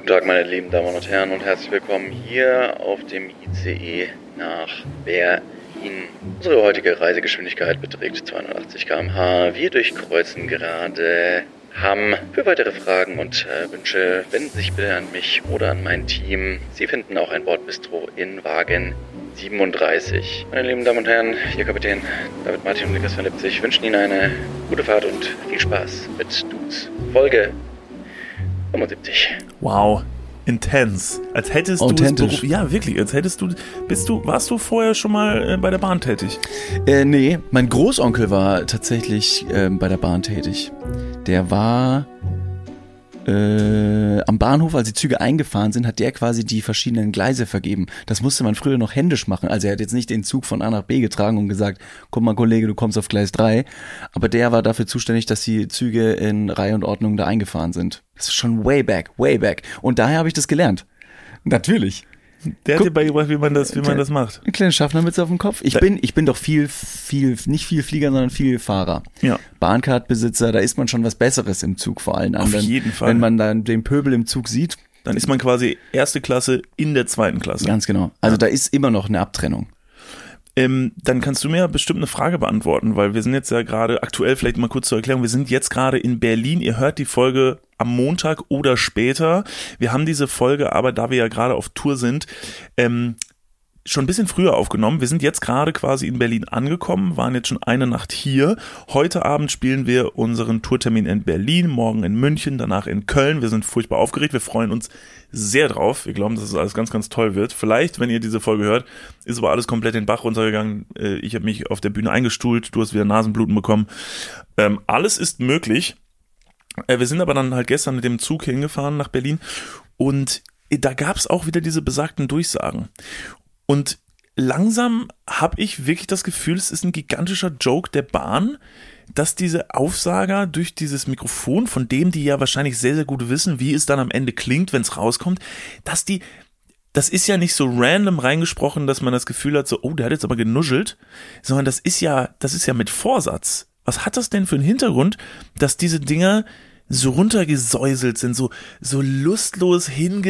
Guten Tag, meine lieben Damen und Herren, und herzlich willkommen hier auf dem ICE nach Berlin. Unsere heutige Reisegeschwindigkeit beträgt 280 km/h. Wir durchkreuzen gerade Hamm. Für weitere Fragen und Wünsche wenden Sie sich bitte an mich oder an mein Team. Sie finden auch ein Bordbistro in Wagen 37. Meine lieben Damen und Herren, Ihr Kapitän David Martin und Niklas von Lipzig wünschen Ihnen eine gute Fahrt und viel Spaß mit Dudes. Folge 75. Wow, intens. Als hättest du es ja, wirklich, als hättest warst du vorher schon mal bei der Bahn tätig? Nee, mein Großonkel war tatsächlich bei der Bahn tätig. Der war am Bahnhof, als die Züge eingefahren sind, hat der quasi die verschiedenen Gleise vergeben. Das musste man früher noch händisch machen. Also er hat jetzt nicht den Zug von A nach B getragen und gesagt, guck mal Kollege, du kommst auf Gleis 3. Aber der war dafür zuständig, dass die Züge in Reihe und Ordnung da eingefahren sind. Das ist schon way back. Und daher habe ich das gelernt. Natürlich. Der hat dir beigebracht, wie man das macht. Eine kleine Schaffnermütze auf dem Kopf. Ich bin doch nicht viel Flieger, sondern viel Fahrer. Ja. Bahncard-Besitzer, da ist man schon was Besseres im Zug vor allen anderen. Auf jeden Fall. Wenn man dann den Pöbel im Zug sieht. Dann ist man quasi erste Klasse in der zweiten Klasse. Ganz genau. Also da ist immer noch eine Abtrennung. Dann kannst du mir bestimmt eine Frage beantworten, weil wir sind jetzt ja gerade, aktuell vielleicht mal kurz zur Erklärung, wir sind jetzt gerade in Berlin, ihr hört die Folge am Montag oder später. Wir haben diese Folge aber, da wir ja gerade auf Tour sind, schon ein bisschen früher aufgenommen. Wir sind jetzt gerade quasi in Berlin angekommen, waren jetzt schon eine Nacht hier. Heute Abend spielen wir unseren Tourtermin in Berlin, morgen in München, danach in Köln. Wir sind furchtbar aufgeregt, wir freuen uns sehr drauf. Wir glauben, dass es alles ganz, ganz toll wird. Vielleicht, wenn ihr diese Folge hört, ist aber alles komplett den Bach runtergegangen. Ich habe mich auf der Bühne eingestuhlt, du hast wieder Nasenbluten bekommen. Alles ist möglich. Wir sind aber dann halt gestern mit dem Zug hingefahren nach Berlin und da gab es auch wieder diese besagten Durchsagen. Und langsam habe ich wirklich das Gefühl, es ist ein gigantischer Joke der Bahn, dass diese Aufsager durch dieses Mikrofon, von dem die ja wahrscheinlich sehr, sehr gut wissen, wie es dann am Ende klingt, wenn es rauskommt, das ist ja nicht so random reingesprochen, dass man das Gefühl hat, so, oh, der hat jetzt aber genuschelt, sondern das ist ja mit Vorsatz. Was hat das denn für einen Hintergrund, dass diese Dinger so runtergesäuselt sind, so lustlos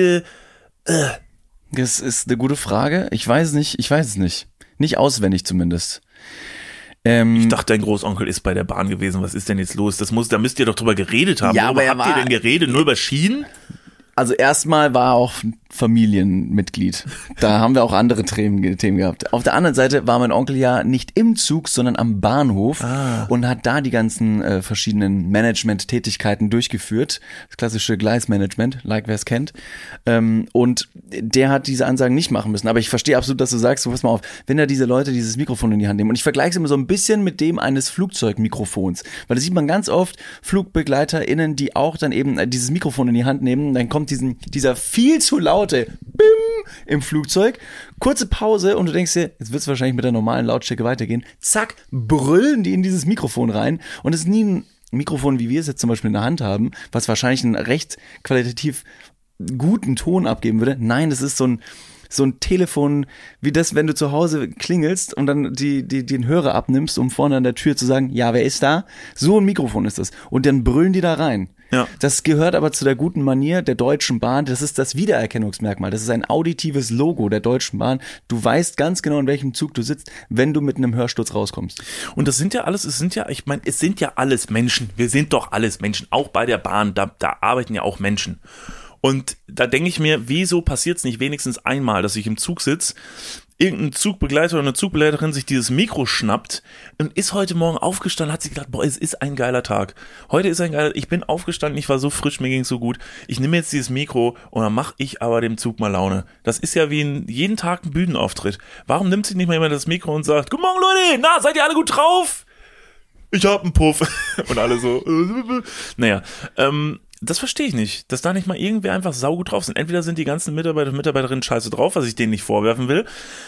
Das ist eine gute Frage. Ich weiß es nicht. Nicht auswendig zumindest. Ich dachte, dein Großonkel ist bei der Bahn gewesen. Was ist denn jetzt los? Da müsst ihr doch drüber geredet haben. Ja, aber habt ihr denn geredet? Nur über Schienen? Also erstmal war auch Familienmitglied. Da haben wir auch andere Themen gehabt. Auf der anderen Seite war mein Onkel ja nicht im Zug, sondern am Bahnhof und hat da die ganzen verschiedenen Management-Tätigkeiten durchgeführt. Das klassische Gleismanagement, like wer es kennt. Und der hat diese Ansagen nicht machen müssen. Aber ich verstehe absolut, dass du sagst, so pass mal auf, wenn da diese Leute dieses Mikrofon in die Hand nehmen. Und ich vergleiche es immer so ein bisschen mit dem eines Flugzeugmikrofons. Weil das sieht man ganz oft, FlugbegleiterInnen, die auch dann eben dieses Mikrofon in die Hand nehmen. Dann kommt dieser viel zu laute Bim im Flugzeug, kurze Pause und du denkst dir, jetzt wird es wahrscheinlich mit der normalen Lautstärke weitergehen. Zack, brüllen die in dieses Mikrofon rein und es ist nie ein Mikrofon, wie wir es jetzt zum Beispiel in der Hand haben, was wahrscheinlich einen recht qualitativ guten Ton abgeben würde. Nein, das ist so ein Telefon, wie das, wenn du zu Hause klingelst und dann den Hörer abnimmst, um vorne an der Tür zu sagen, ja, wer ist da? So ein Mikrofon ist das. Und dann brüllen die da rein. Ja. Das gehört aber zu der guten Manier der Deutschen Bahn. Das ist das Wiedererkennungsmerkmal. Das ist ein auditives Logo der Deutschen Bahn. Du weißt ganz genau, in welchem Zug du sitzt, wenn du mit einem Hörsturz rauskommst. Und es sind ja alles Menschen. Wir sind doch alles Menschen. Auch bei der Bahn, da arbeiten ja auch Menschen. Und da denke ich mir, wieso passiert es nicht wenigstens einmal, dass ich im Zug sitze, irgendein Zugbegleiter oder eine Zugbegleiterin sich dieses Mikro schnappt und ist heute Morgen aufgestanden, hat sich gedacht, boah, es ist ein geiler Tag. Ich bin aufgestanden, ich war so frisch, mir ging es so gut. Ich nehme jetzt dieses Mikro und dann mache ich aber dem Zug mal Laune. Das ist ja wie jeden Tag ein Bühnenauftritt. Warum nimmt sich nicht mal jemand das Mikro und sagt, guten Morgen Leute, na, seid ihr alle gut drauf? Ich hab einen Puff. Und alle so, naja, das verstehe ich nicht, dass da nicht mal irgendwer einfach saugut drauf sind. Entweder sind die ganzen Mitarbeiter und Mitarbeiterinnen scheiße drauf, was ich denen nicht vorwerfen will.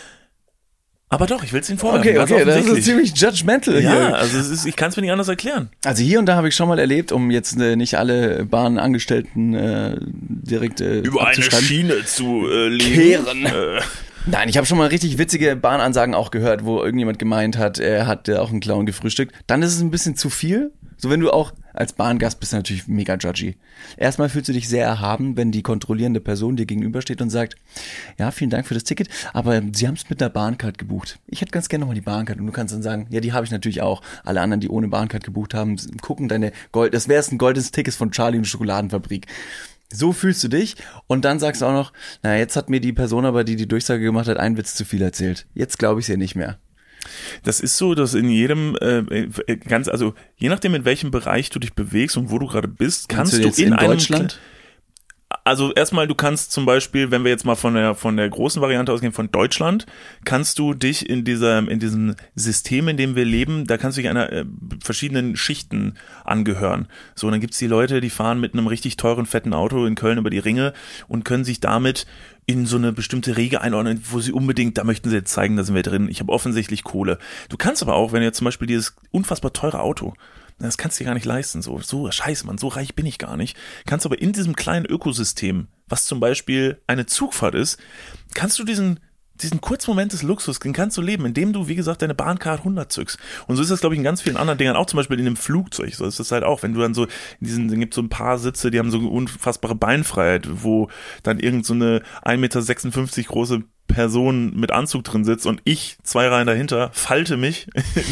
Aber doch, ich will es ihnen vorwerfen. Okay, das ist ziemlich judgmental hier. Ja, also ich kann es mir nicht anders erklären. Also hier und da habe ich schon mal erlebt, um jetzt nicht alle Bahnangestellten direkt über eine Schiene zu kehren. Nein, ich habe schon mal richtig witzige Bahnansagen auch gehört, wo irgendjemand gemeint hat, er hat auch einen Clown gefrühstückt. Dann ist es ein bisschen zu viel. So, wenn du auch als Bahngast bist, natürlich mega judgy. Erstmal fühlst du dich sehr erhaben, wenn die kontrollierende Person dir gegenübersteht und sagt, ja, vielen Dank für das Ticket, aber Sie haben es mit einer Bahncard gebucht. Ich hätte ganz gerne nochmal die Bahncard. Und du kannst dann sagen, ja, die habe ich natürlich auch. Alle anderen, die ohne Bahncard gebucht haben, gucken das wäre ein goldenes Ticket von Charlie und Schokoladenfabrik. So fühlst du dich und dann sagst du auch noch, naja, jetzt hat mir die Person aber, die Durchsage gemacht hat, einen Witz zu viel erzählt. Jetzt glaube ich es ihr nicht mehr. Das ist so, dass in jedem, also je nachdem, in welchem Bereich du dich bewegst und wo du gerade bist, kannst du jetzt in in Deutschland? Also erstmal, du kannst zum Beispiel, wenn wir jetzt mal von der großen Variante ausgehen, von Deutschland, kannst du dich in diesem System, in dem wir leben, da kannst du dich einer verschiedenen Schichten angehören. So, und dann gibt's die Leute, die fahren mit einem richtig teuren, fetten Auto in Köln über die Ringe und können sich damit in so eine bestimmte Riege einordnen, wo sie unbedingt, da möchten sie jetzt zeigen, da sind wir drin, ich habe offensichtlich Kohle. Du kannst aber auch, wenn du jetzt zum Beispiel dieses unfassbar teure Auto, das kannst du dir gar nicht leisten, so scheiße, Mann, so reich bin ich gar nicht. Kannst aber in diesem kleinen Ökosystem, was zum Beispiel eine Zugfahrt ist, kannst du diesen kurzen Moment des Luxus, den kannst du leben, indem du, wie gesagt, deine Bahncard 100 zückst. Und so ist das, glaube ich, in ganz vielen anderen Dingern, auch zum Beispiel in einem Flugzeug, so ist das halt auch, wenn du dann so, dann gibt es so ein paar Sitze, die haben so eine unfassbare Beinfreiheit, wo dann irgend so eine 1,56 Meter große Person mit Anzug drin sitzt und ich 2 Reihen dahinter falte mich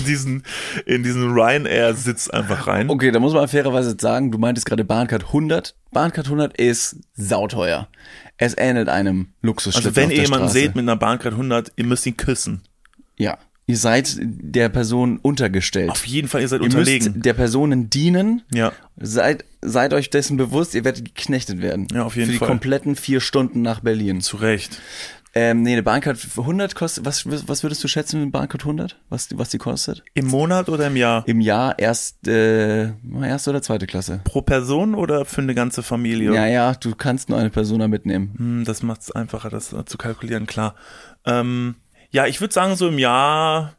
in diesen Ryanair-Sitz einfach rein. Okay, da muss man fairerweise sagen, du meintest gerade Bahncard 100. Bahncard 100 ist sauteuer. Es ähnelt einem Luxusschlitten Also wenn auf ihr der jemanden Straße. seht mit einer Bahncard 100, ihr müsst ihn küssen. Ja, ihr seid der Person untergestellt. Auf jeden Fall, ihr seid Ihr unterlegen. müsst der Personen dienen. Ja. Seid euch dessen bewusst, ihr werdet geknechtet werden. Ja, auf jeden Für die Fall. kompletten 4 Stunden nach Berlin. Zu Recht. Eine Bahncard 100 kostet, was würdest du schätzen mit Bahncard 100? Was die kostet? Im Monat oder im Jahr? Im Jahr erste oder zweite Klasse. Pro Person oder für eine ganze Familie? Ja, du kannst nur eine Person da mitnehmen. Das macht es einfacher, das zu kalkulieren, klar. Ja, ich würde sagen, so im Jahr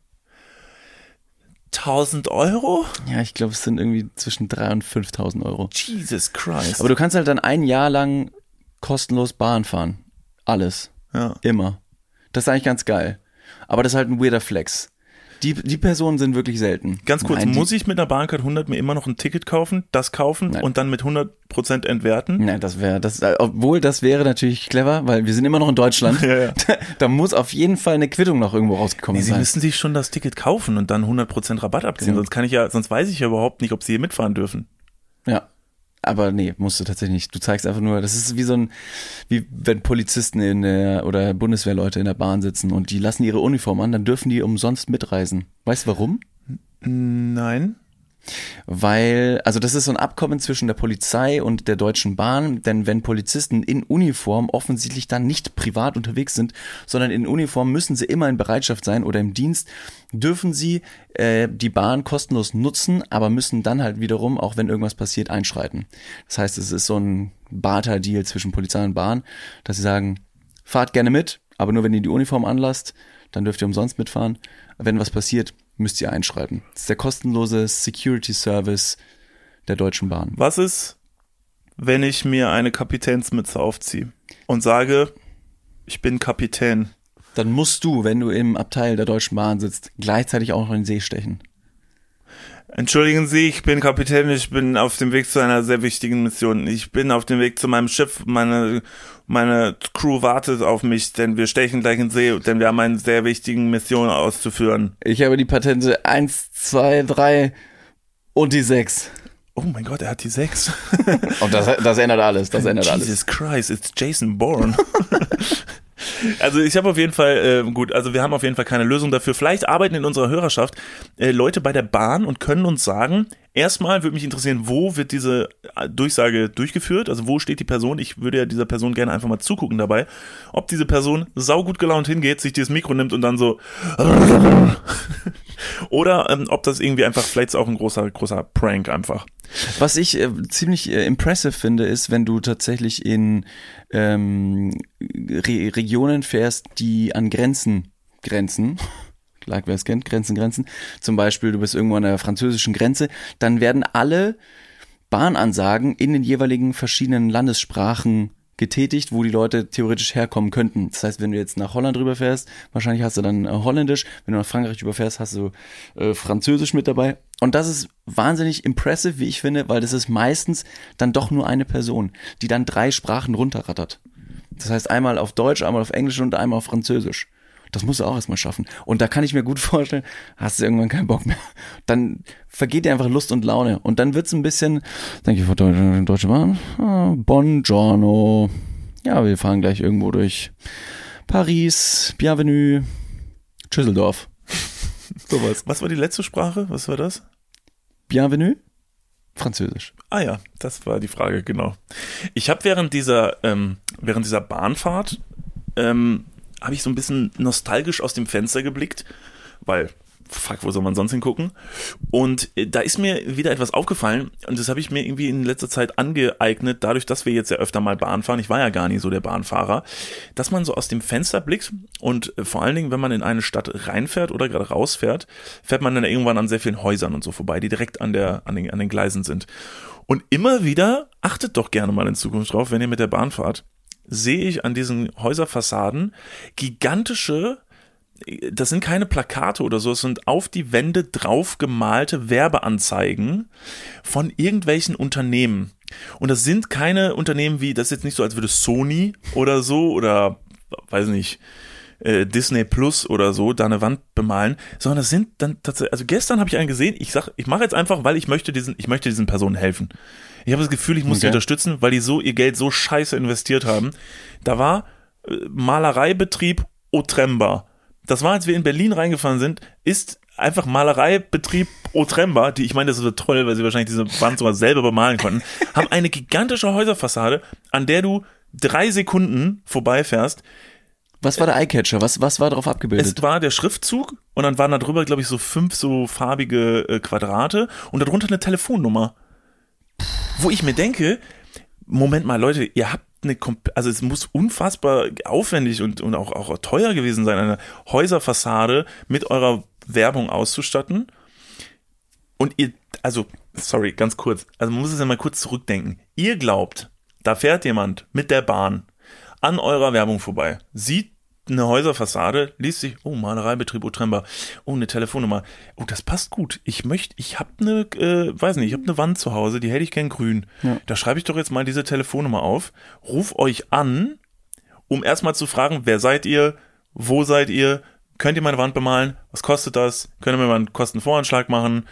1.000 Euro? Ja, ich glaube, es sind irgendwie zwischen 3.000 und 5.000 Euro. Jesus Christ. Aber du kannst halt dann ein Jahr lang kostenlos Bahn fahren. Alles. Ja. Immer. Das ist eigentlich ganz geil. Aber das ist halt ein weirder Flex. Die Personen sind wirklich selten. Ganz kurz, Nein, muss ich mit einer Bahncard 100 mir immer noch ein Ticket kaufen, das kaufen Nein. und dann mit 100% entwerten? Nein, obwohl das wäre natürlich clever, weil wir sind immer noch in Deutschland. Ja. Da muss auf jeden Fall eine Quittung noch irgendwo rausgekommen Sie sein. müssen sich schon das Ticket kaufen und dann 100% Rabatt abziehen, Ja. sonst weiß ich ja überhaupt nicht, ob sie hier mitfahren dürfen. Ja. Aber nee, musst du tatsächlich nicht. Du zeigst einfach nur, das ist wie wenn Polizisten oder Bundeswehrleute in der Bahn sitzen und die lassen ihre Uniform an, dann dürfen die umsonst mitreisen. Weißt du warum? Nein. Also das ist so ein Abkommen zwischen der Polizei und der Deutschen Bahn, denn wenn Polizisten in Uniform offensichtlich dann nicht privat unterwegs sind, sondern in Uniform müssen sie immer in Bereitschaft sein oder im Dienst, dürfen sie die Bahn kostenlos nutzen, aber müssen dann halt wiederum, auch wenn irgendwas passiert, einschreiten. Das heißt, es ist so ein Barter-Deal zwischen Polizei und Bahn, dass sie sagen, fahrt gerne mit, aber nur wenn ihr die Uniform anlasst, dann dürft ihr umsonst mitfahren. Wenn was passiert, müsst ihr einschreiten. Das ist der kostenlose Security Service der Deutschen Bahn. Was ist, wenn ich mir eine Kapitänsmütze aufziehe und sage, ich bin Kapitän? Dann musst du, wenn du im Abteil der Deutschen Bahn sitzt, gleichzeitig auch noch in den See stechen. Entschuldigen Sie, ich bin Kapitän, ich bin auf dem Weg zu einer sehr wichtigen Mission. Ich bin auf dem Weg zu meinem Schiff, meine Crew wartet auf mich, denn wir stechen gleich in den See, denn wir haben eine sehr wichtige Mission auszuführen. Ich habe die Patente 1, 2, 3 und die 6. Oh mein Gott, er hat die 6. Und das ändert alles, Jesus Christ, it's Jason Bourne. Also ich habe auf jeden Fall, wir haben auf jeden Fall keine Lösung dafür. Vielleicht arbeiten in unserer Hörerschaft Leute bei der Bahn und können uns sagen, erstmal würde mich interessieren, wo wird diese Durchsage durchgeführt, also wo steht die Person, ich würde ja dieser Person gerne einfach mal zugucken dabei, ob diese Person saugut gelaunt hingeht, sich dieses Mikro nimmt und dann so oder ob das irgendwie einfach, vielleicht ist auch ein großer Prank einfach. Was ich ziemlich impressive finde, ist, wenn du tatsächlich in Regionen fährst, die an Grenzen, lag wer es kennt, Grenzen, zum Beispiel du bist irgendwo an der französischen Grenze, dann werden alle Bahnansagen in den jeweiligen verschiedenen Landessprachen getätigt, wo die Leute theoretisch herkommen könnten. Das heißt, wenn du jetzt nach Holland rüberfährst, wahrscheinlich hast du dann Holländisch. Wenn du nach Frankreich rüberfährst, hast du Französisch mit dabei. Und das ist wahnsinnig impressive, wie ich finde, weil das ist meistens dann doch nur eine Person, die dann 3 Sprachen runterrattert. Das heißt, einmal auf Deutsch, einmal auf Englisch und einmal auf Französisch. Das musst du auch erstmal schaffen. Und da kann ich mir gut vorstellen, hast du irgendwann keinen Bock mehr. Dann vergeht dir einfach Lust und Laune. Und dann wird's ein bisschen, denke ich, von Deutsche Bahn, Buongiorno. Ja, wir fahren gleich irgendwo durch Paris, Bienvenue, Düsseldorf. Sowas. Was war die letzte Sprache? Was war das? Bienvenue? Französisch. Ah ja, das war die Frage, genau. Ich habe während dieser Bahnfahrt habe ich so ein bisschen nostalgisch aus dem Fenster geblickt, weil, fuck, wo soll man sonst hingucken? Und da ist mir wieder etwas aufgefallen und das habe ich mir irgendwie in letzter Zeit angeeignet, dadurch, dass wir jetzt ja öfter mal Bahn fahren, ich war ja gar nicht so der Bahnfahrer, dass man so aus dem Fenster blickt und vor allen Dingen, wenn man in eine Stadt reinfährt oder gerade rausfährt, fährt man dann irgendwann an sehr vielen Häusern und so vorbei, die direkt an den Gleisen sind. Und immer wieder, achtet doch gerne mal in Zukunft drauf, wenn ihr mit der Bahn fahrt, sehe ich an diesen Häuserfassaden gigantische, das sind keine Plakate oder so, es sind auf die Wände drauf gemalte Werbeanzeigen von irgendwelchen Unternehmen. Und das sind keine Unternehmen wie, das ist jetzt nicht so, als würde Sony oder so oder, weiß nicht, Disney Plus oder so da eine Wand bemalen, sondern das sind dann tatsächlich, also gestern habe ich einen gesehen, ich mache jetzt einfach, weil ich möchte diesen Personen helfen. Ich habe das Gefühl, ich muss sie unterstützen, weil die so ihr Geld so scheiße investiert haben. Da war Malereibetrieb Otremba. Das war, als wir in Berlin reingefahren sind, ist einfach Malereibetrieb Otremba, die, ich meine, das ist so toll, weil sie wahrscheinlich diese Wand sogar selber bemalen konnten, haben eine gigantische Häuserfassade, an der du 3 Sekunden vorbeifährst. Was war der Eyecatcher? Was war darauf abgebildet? Es war der Schriftzug und dann waren da drüber, glaube ich, so 5 so farbige Quadrate und darunter eine Telefonnummer. Wo ich mir denke, Moment mal, Leute, ihr habt also es muss unfassbar aufwendig und auch teuer gewesen sein, eine Häuserfassade mit eurer Werbung auszustatten. Und ihr, also, sorry, ganz kurz, also man muss es ja mal kurz zurückdenken. Ihr glaubt, da fährt jemand mit der Bahn an eurer Werbung vorbei, sieht eine Häuserfassade, liest sich, oh, Malereibetrieb Otremba, oh, eine Telefonnummer, oh, das passt gut, ich habe eine Wand zu Hause, die hätte ich gern grün, Da schreibe ich doch jetzt mal diese Telefonnummer auf, ruf euch an, um erstmal zu fragen, wer seid ihr, wo seid ihr, könnt ihr meine Wand bemalen, was kostet das, könnt ihr mir mal einen Kostenvoranschlag machen,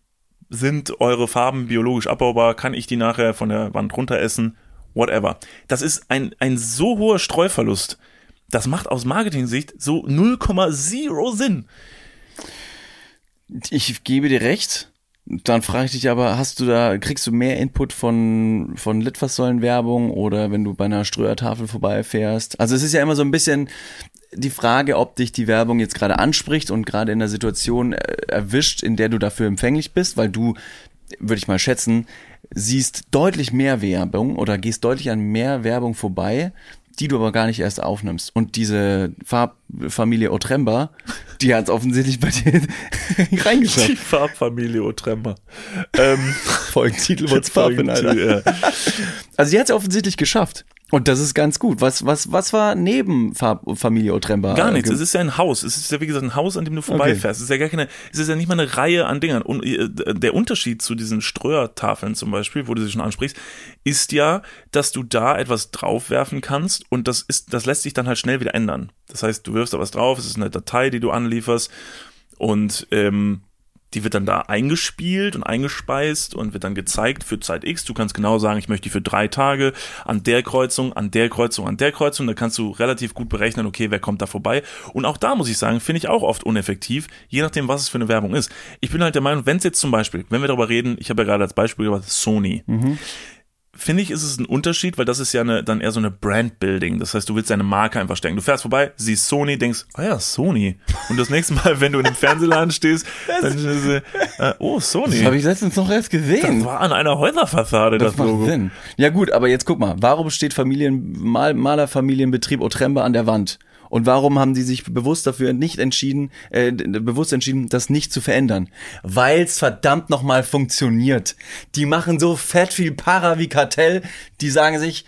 sind eure Farben biologisch abbaubar, kann ich die nachher von der Wand runter essen, whatever. Das ist ein so hoher Streuverlust. Das macht aus Marketing-Sicht so 0,0 Sinn. Ich gebe dir recht. Dann frage ich dich aber, kriegst du mehr Input von Litfaßsäulenwerbung oder wenn du bei einer Ströertafel vorbeifährst? Also es ist ja immer so ein bisschen die Frage, ob dich die Werbung jetzt gerade anspricht und gerade in der Situation erwischt, in der du dafür empfänglich bist, weil du, würde ich mal schätzen, siehst deutlich mehr Werbung oder gehst deutlich an mehr Werbung vorbei, die du aber gar nicht erst aufnimmst. Und diese Farbfamilie Otremba, die hat es offensichtlich bei dir reingeschafft. Die Farbfamilie Otremba. Folgentitel wird's Farbfinale. Ja. Also die hat es offensichtlich geschafft. Und das ist ganz gut. Was war neben Familie Otremba? Gar nichts. Es ist ja ein Haus. Es ist ja, wie gesagt, ein Haus, an dem du vorbeifährst. Okay. Es ist ja nicht mal eine Reihe an Dingern. Und der Unterschied zu diesen Ströertafeln zum Beispiel, wo du sie schon ansprichst, ist ja, dass du da etwas draufwerfen kannst und das lässt sich dann halt schnell wieder ändern. Das heißt, du wirfst da was drauf, es ist eine Datei, die du anlieferst und die wird dann da eingespielt und eingespeist und wird dann gezeigt für Zeit X. Du kannst genau sagen, ich möchte die für 3 Tage an der Kreuzung, an der Kreuzung, an der Kreuzung. Da kannst du relativ gut berechnen, okay, wer kommt da vorbei. Und auch da muss ich sagen, finde ich auch oft uneffektiv, je nachdem, was es für eine Werbung ist. Ich bin halt der Meinung, wenn es jetzt zum Beispiel, wenn wir darüber reden, ich habe ja gerade als Beispiel gesagt, Sony. Finde ich, ist es ein Unterschied, weil das ist ja dann eher so eine Brand-Building. Das heißt, du willst deine Marke einfach stärken. Du fährst vorbei, siehst Sony, denkst, ah ja, Sony. Und das nächste Mal, wenn du in einem Fernsehladen stehst, dann oh, Sony. Das habe ich letztens noch erst gesehen. Das war an einer Häuserfassade, das macht Logo. Sinn. Ja gut, aber jetzt guck mal, warum steht Malerfamilienbetrieb Otremba an der Wand? Und warum haben die sich bewusst entschieden, das nicht zu verändern? Weil's verdammt nochmal funktioniert. Die machen so fett viel Para wie Kartell, die sagen sich,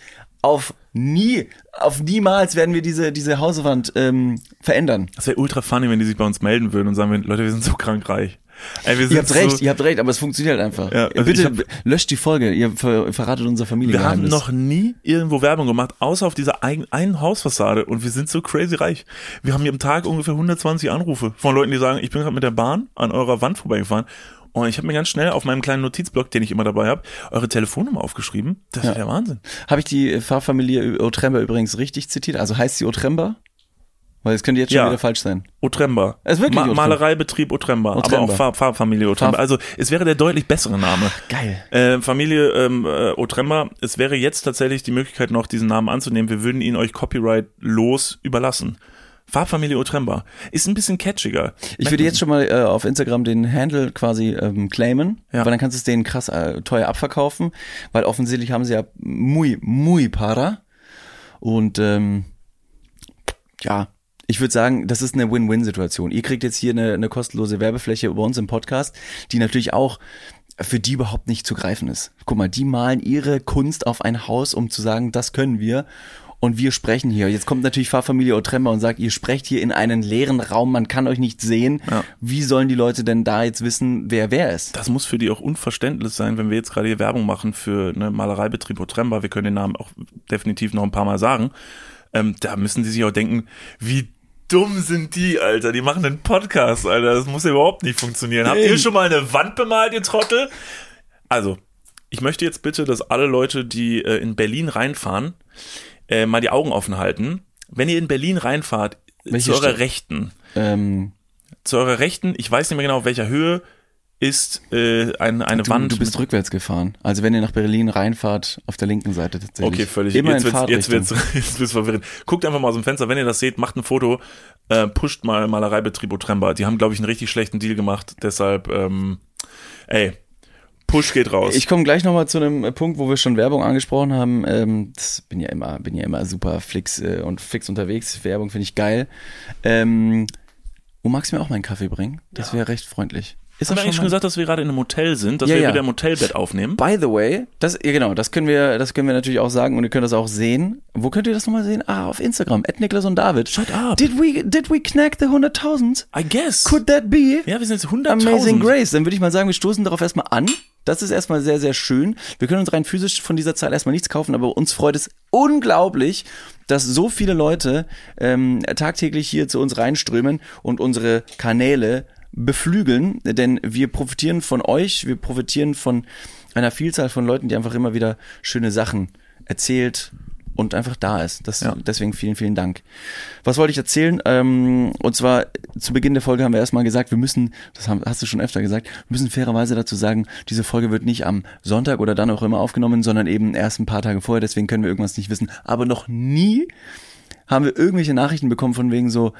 auf niemals werden wir diese Hauswand verändern. Das wäre ultra funny, wenn die sich bei uns melden würden und sagen, Leute, wir sind so krank reich. Ey, Ihr habt recht, aber es funktioniert halt einfach. Ja, also bitte löscht die Folge, ihr verratet unser Familiengeheimnis. Wir haben noch nie irgendwo Werbung gemacht, außer auf dieser einen Hausfassade, und wir sind so crazy reich. Wir haben hier am Tag ungefähr 120 Anrufe von Leuten, die sagen, ich bin gerade mit der Bahn an eurer Wand vorbeigefahren und ich habe mir ganz schnell auf meinem kleinen Notizblock, den ich immer dabei habe, eure Telefonnummer aufgeschrieben. Das ist der Wahnsinn. Habe ich die Pfarrfamilie Otremba übrigens richtig zitiert? Also heißt sie Otremba? Weil es könnte jetzt schon wieder falsch sein. Otremba. Es ist wirklich Otremba. Malereibetrieb Otremba. Aber auch Pfarrfamilie Otremba. Also es wäre der deutlich bessere Name. Geil. Familie Otremba. Es wäre jetzt tatsächlich die Möglichkeit noch, diesen Namen anzunehmen. Wir würden ihn euch copyright-los überlassen. Pfarrfamilie Otremba. Ist ein bisschen catchiger. Ich würde jetzt schon mal auf Instagram den Handle quasi claimen, weil dann kannst du es denen krass teuer abverkaufen, weil offensichtlich haben sie ja muy para. Und ich würde sagen, das ist eine Win-Win-Situation. Ihr kriegt jetzt hier eine kostenlose Werbefläche bei uns im Podcast, die natürlich auch für die überhaupt nicht zu greifen ist. Guck mal, die malen ihre Kunst auf ein Haus, um zu sagen, das können wir. Und wir sprechen hier. Jetzt kommt natürlich Pfarrfamilie Otremba und sagt, ihr sprecht hier in einen leeren Raum, man kann euch nicht sehen. Ja. Wie sollen die Leute denn da jetzt wissen, wer ist? Das muss für die auch unverständlich sein, wenn wir jetzt gerade hier Werbung machen für einen Malereibetrieb Otremba. Wir können den Namen auch definitiv noch ein paar Mal sagen. Da müssen die sich auch denken, wie dumm sind die, Alter? Die machen einen Podcast, Alter. Das muss ja überhaupt nicht funktionieren. Habt ihr schon mal eine Wand bemalt, ihr Trottel? Also, ich möchte jetzt bitte, dass alle Leute, die in Berlin reinfahren, mal die Augen offen halten. Wenn ihr in Berlin reinfahrt, zu eurer Rechten. Zu eurer Rechten, ich weiß nicht mehr genau, auf welcher Höhe, ist eine Wand. Du bist rückwärts gefahren. Also wenn ihr nach Berlin reinfahrt, auf der linken Seite tatsächlich. Okay, völlig. Immer jetzt wird's verwirrend. Guckt einfach mal aus dem Fenster, wenn ihr das seht, macht ein Foto, pusht mal Malereibetrieb Otremba. Die haben, glaube ich, einen richtig schlechten Deal gemacht. Deshalb, Push geht raus. Ich komme gleich nochmal zu einem Punkt, wo wir schon Werbung angesprochen haben. Bin ja immer super fix unterwegs. Werbung finde ich geil. Magst du mir auch meinen Kaffee bringen? Das wäre recht freundlich. Haben wir eigentlich schon gesagt, dass wir gerade in einem Hotel sind, dass wir wieder im Hotelbett aufnehmen? By the way, das können wir natürlich auch sagen und ihr könnt das auch sehen. Wo könnt ihr das nochmal sehen? Auf Instagram, @Niklas und David. Shut up. Did we knack the 100.000? I guess. Could that be? Ja, wir sind jetzt 100.000. Amazing Grace. Dann würde ich mal sagen, wir stoßen darauf erstmal an. Das ist erstmal sehr, sehr schön. Wir können uns rein physisch von dieser Zahl erstmal nichts kaufen, aber uns freut es unglaublich, dass so viele Leute tagtäglich hier zu uns reinströmen und unsere Kanäle beflügeln, denn wir profitieren von euch, wir profitieren von einer Vielzahl von Leuten, die einfach immer wieder schöne Sachen erzählt und einfach da ist. Deswegen vielen, vielen Dank. Was wollte ich erzählen? Und zwar zu Beginn der Folge haben wir erstmal gesagt, wir müssen, hast du schon öfter gesagt, wir müssen fairerweise dazu sagen, diese Folge wird nicht am Sonntag oder dann auch immer aufgenommen, sondern eben erst ein paar Tage vorher, deswegen können wir irgendwas nicht wissen. Aber noch nie haben wir irgendwelche Nachrichten bekommen von wegen so,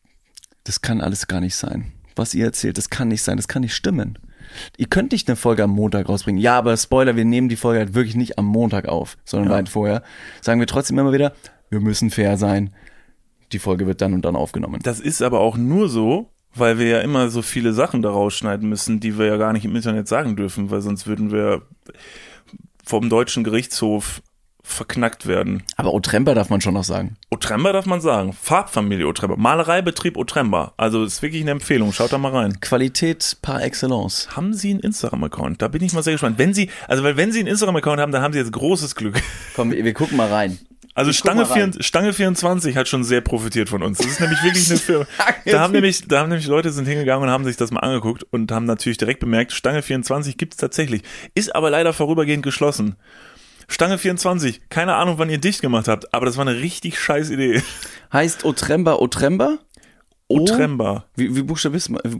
das kann alles gar nicht sein. Was ihr erzählt, das kann nicht sein, das kann nicht stimmen. Ihr könnt nicht eine Folge am Montag rausbringen. Ja, aber Spoiler, wir nehmen die Folge halt wirklich nicht am Montag auf, sondern weit vorher. Sagen wir trotzdem immer wieder, wir müssen fair sein. Die Folge wird dann und dann aufgenommen. Das ist aber auch nur so, weil wir ja immer so viele Sachen da rausschneiden müssen, die wir ja gar nicht im Internet sagen dürfen, weil sonst würden wir vom Deutschen Gerichtshof verknackt werden. Aber Otremba darf man schon noch sagen. Otremba darf man sagen. Farbfamilie Otremba. Malereibetrieb Otremba. Also ist wirklich eine Empfehlung. Schaut da mal rein. Qualität par excellence. Haben Sie einen Instagram-Account? Da bin ich mal sehr gespannt. Wenn Sie einen Instagram-Account haben, dann haben Sie jetzt großes Glück. Komm, wir gucken mal rein. Also Stange 24 hat schon sehr profitiert von uns. Das ist nämlich wirklich eine Firma. Da haben nämlich Leute sind hingegangen und haben sich das mal angeguckt und haben natürlich direkt bemerkt, Stange 24 gibt's tatsächlich. Ist aber leider vorübergehend geschlossen. Stange 24, keine Ahnung, wann ihr dicht gemacht habt, aber das war eine richtig scheiß Idee. Heißt Otremba? Otremba. Wie buchstabierst du?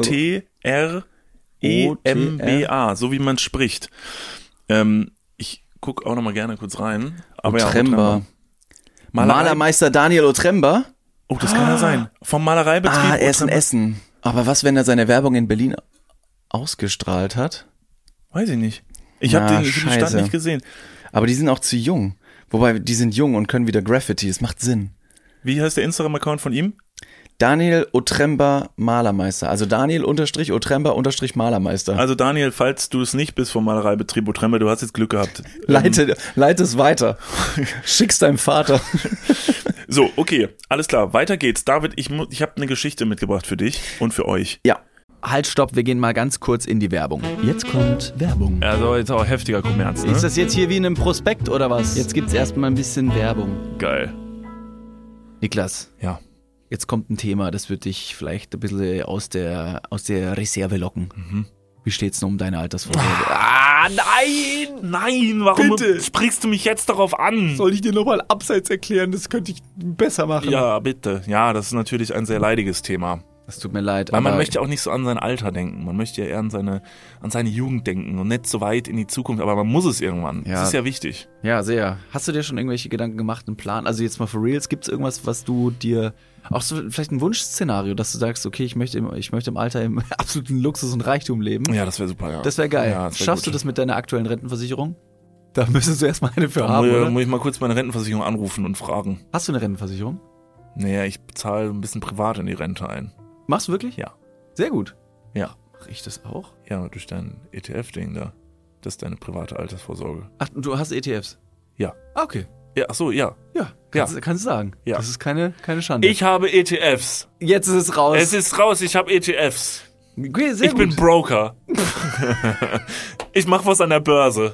O-T-R-E-M-B-A, so wie man spricht. Ich gucke auch noch mal gerne kurz rein. Aber Otremba. Malermeister Daniel Otremba? Oh, das kann ja sein. Vom Malereibetrieb. Er ist in Essen. Aber was, wenn er seine Werbung in Berlin ausgestrahlt hat? Weiß ich nicht. Ich habe den Stand nicht gesehen. Aber die sind auch zu jung. Wobei, die sind jung und können wieder Graffiti. Es macht Sinn. Wie heißt der Instagram-Account von ihm? Daniel Otremba Malermeister. Also Daniel Otremba Malermeister. Also Daniel, falls du es nicht bist vom Malereibetrieb Otremba, du hast jetzt Glück gehabt. Leite es weiter. Schick's deinem Vater. So, okay, alles klar, weiter geht's. David, ich habe eine Geschichte mitgebracht für dich und für euch. Ja. Halt, stopp, wir gehen mal ganz kurz in die Werbung. Jetzt kommt Werbung. Also jetzt auch heftiger Kommerz, ne? Ist das jetzt hier wie in einem Prospekt oder was? Jetzt gibt's erstmal ein bisschen Werbung. Geil. Niklas. Ja. Jetzt kommt ein Thema, das wird dich vielleicht ein bisschen aus der Reserve locken. Mhm. Wie steht's denn um deine Altersvorsorge? Nein, warum sprichst du mich jetzt darauf an? Soll ich dir nochmal abseits erklären? Das könnte ich besser machen. Ja, bitte. Ja, das ist natürlich ein sehr leidiges Thema. Das tut mir leid. Weil man möchte auch nicht so an sein Alter denken. Man möchte ja eher an seine Jugend denken und nicht so weit in die Zukunft. Aber man muss es irgendwann. Ja. Das ist ja wichtig. Ja, sehr. Hast du dir schon irgendwelche Gedanken gemacht, einen Plan? Also jetzt mal for reals, gibt's irgendwas, was du dir, auch so vielleicht ein Wunschszenario, dass du sagst, okay, ich möchte im Alter im absoluten Luxus und Reichtum leben? Ja, das wäre super, ja. Das wäre geil. Ja, das wär Schaffst gut. du das mit deiner aktuellen Rentenversicherung? Da müsstest du erstmal eine für Da haben, oder? muss ich mal kurz meine Rentenversicherung anrufen und fragen. Hast du eine Rentenversicherung? Naja, ich bezahle ein bisschen privat in die Rente ein. Machst du wirklich? Ja. Sehr gut. Ja. Mache ich das auch? Ja, durch dein ETF-Ding da. Das ist deine private Altersvorsorge. Ach, du hast ETFs? Ja. Ah, okay. Ja, ach so, ja. Ja, kannst du sagen. Ja. Das ist keine Schande. Ich habe ETFs. Jetzt ist es raus. Es ist raus, ich habe ETFs. Okay, sehr Ich bin Broker. Ich mache was an der Börse.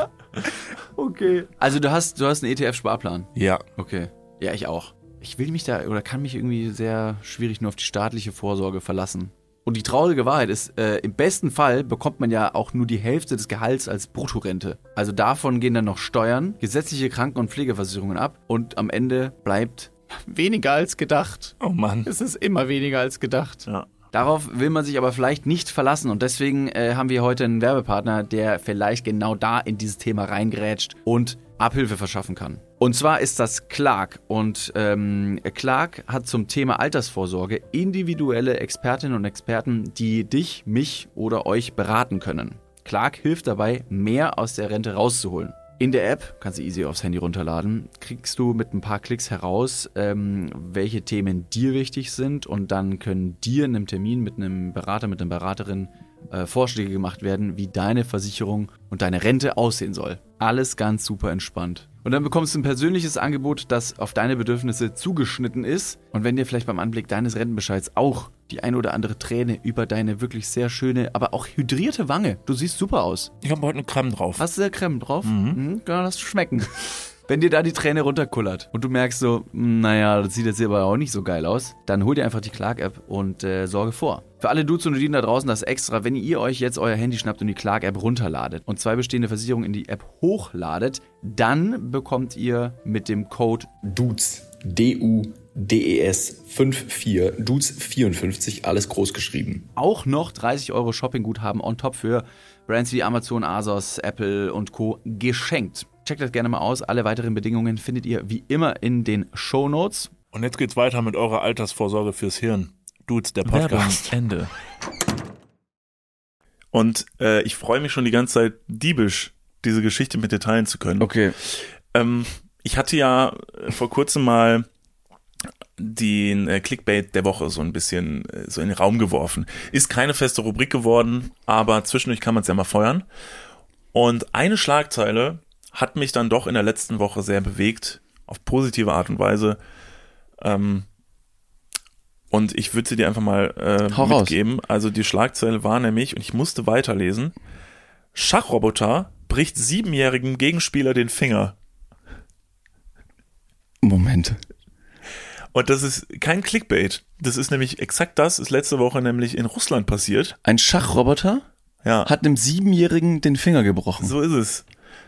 okay. Also du hast einen ETF-Sparplan? Ja. Okay. Ja, ich auch. Ich will mich da oder kann mich irgendwie sehr schwierig nur auf die staatliche Vorsorge verlassen. Und die traurige Wahrheit ist, im besten Fall bekommt man ja auch nur die Hälfte des Gehalts als Bruttorente. Also davon gehen dann noch Steuern, gesetzliche Kranken- und Pflegeversicherungen ab und am Ende bleibt weniger als gedacht. Oh Mann. Es ist immer weniger als gedacht. Ja. Darauf will man sich aber vielleicht nicht verlassen und deswegen haben wir heute einen Werbepartner, der vielleicht genau da in dieses Thema reingrätscht und Abhilfe verschaffen kann. Und zwar ist das Clark und Clark hat zum Thema Altersvorsorge individuelle Expertinnen und Experten, die dich, mich oder euch beraten können. Clark hilft dabei, mehr aus der Rente rauszuholen. In der App, kannst du easy aufs Handy runterladen, kriegst du mit ein paar Klicks heraus, welche Themen dir wichtig sind und dann können dir in einem Termin mit einem Berater, mit einer Beraterin Vorschläge gemacht werden, wie deine Versicherung und deine Rente aussehen soll. Alles ganz super entspannt. Und dann bekommst du ein persönliches Angebot, das auf deine Bedürfnisse zugeschnitten ist. Und wenn dir vielleicht beim Anblick deines Rentenbescheids auch die eine oder andere Träne über deine wirklich sehr schöne, aber auch hydrierte Wange, du siehst super aus. Ich habe heute eine Creme drauf. Hast du da Creme drauf? Mhm. Kann das schmecken. Wenn dir da die Träne runterkullert und du merkst so, naja, das sieht jetzt aber auch nicht so geil aus, dann hol dir einfach die Clark-App und sorge vor. Für alle Dudes und Dudinen da draußen das extra, wenn ihr euch jetzt euer Handy schnappt und die Clark-App runterladet und 2 bestehende Versicherungen in die App hochladet, dann bekommt ihr mit dem Code DUDES, D-U-D-E-S 54, DUDES 54, alles groß geschrieben. auch noch 30 € Shoppingguthaben on top für Brands wie Amazon, ASOS, Apple und Co. geschenkt. Checkt das gerne mal aus. Alle weiteren Bedingungen findet ihr wie immer in den Shownotes. Und jetzt geht's weiter mit eurer Altersvorsorge fürs Hirn. Dudes, der Podcast. Ende. Und ich freue mich schon die ganze Zeit diebisch, diese Geschichte mit dir teilen zu können. Okay. Ich hatte ja vor kurzem mal den Clickbait der Woche so ein bisschen so in den Raum geworfen. Ist keine feste Rubrik geworden, aber zwischendurch kann man es ja mal feuern. Und eine Schlagzeile hat mich dann doch in der letzten Woche sehr bewegt, auf positive Art und Weise. Und ich würde sie dir einfach mal mitgeben. Also die Schlagzeile war nämlich, und ich musste weiterlesen, Schachroboter bricht 7-jährigen Gegenspieler den Finger. Moment. Und das ist kein Clickbait. Das ist nämlich exakt das, ist letzte Woche nämlich in Russland passiert. Ein Schachroboter Ja, hat einem 7-Jährigen den Finger gebrochen. so ist es.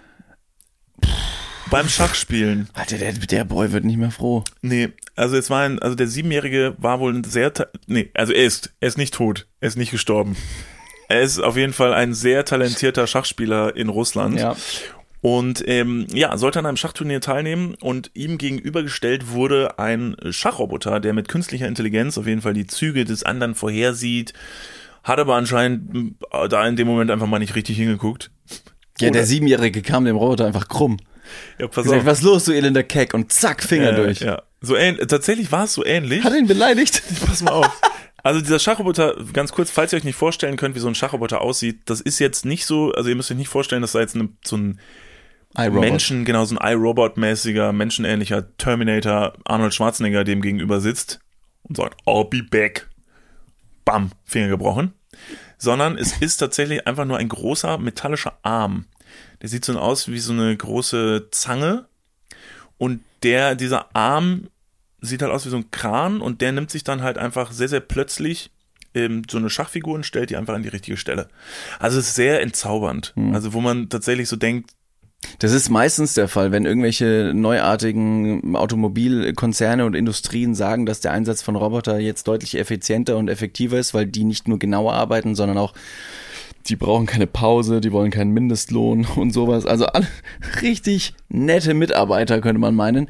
Beim Schachspielen. Alter, der Boy wird nicht mehr froh. Nee, also es war also der 7-Jährige war wohl ein sehr, also er ist nicht tot, er ist nicht gestorben. Er ist auf jeden Fall ein sehr talentierter Schachspieler in Russland. Ja. Und sollte an einem Schachturnier teilnehmen und ihm gegenübergestellt wurde ein Schachroboter, der mit künstlicher Intelligenz auf jeden Fall die Züge des anderen vorhersieht, hat aber anscheinend da in dem Moment einfach mal nicht richtig hingeguckt. Ja, der 7-Jährige kam dem Roboter einfach krumm. Ja, pass Gesagt, auf. was los, du elender Keck? Und zack, Finger durch. Ja. Tatsächlich war es so ähnlich. Hat er ihn beleidigt? Pass mal auf. Also dieser Schachroboter, ganz kurz, falls ihr euch nicht vorstellen könnt, wie so ein Schachroboter aussieht, das ist jetzt nicht so, also ihr müsst euch nicht vorstellen, dass da jetzt so ein Menschen, genau, so ein iRobot-mäßiger, menschenähnlicher Terminator Arnold Schwarzenegger dem gegenüber sitzt und sagt, I'll be back. Bam, Finger gebrochen. Sondern es ist tatsächlich einfach nur ein großer metallischer Arm. Der sieht so aus wie so eine große Zange und dieser Arm sieht halt aus wie so ein Kran und der nimmt sich dann halt einfach sehr, sehr plötzlich so eine Schachfigur und stellt die einfach an die richtige Stelle. Also es ist sehr entzaubernd. Also wo man tatsächlich so denkt, das ist meistens der Fall, wenn irgendwelche neuartigen Automobilkonzerne und Industrien sagen, dass der Einsatz von Roboter jetzt deutlich effizienter und effektiver ist, weil die nicht nur genauer arbeiten, sondern auch, die brauchen keine Pause, die wollen keinen Mindestlohn und sowas. Also alle richtig nette Mitarbeiter, könnte man meinen.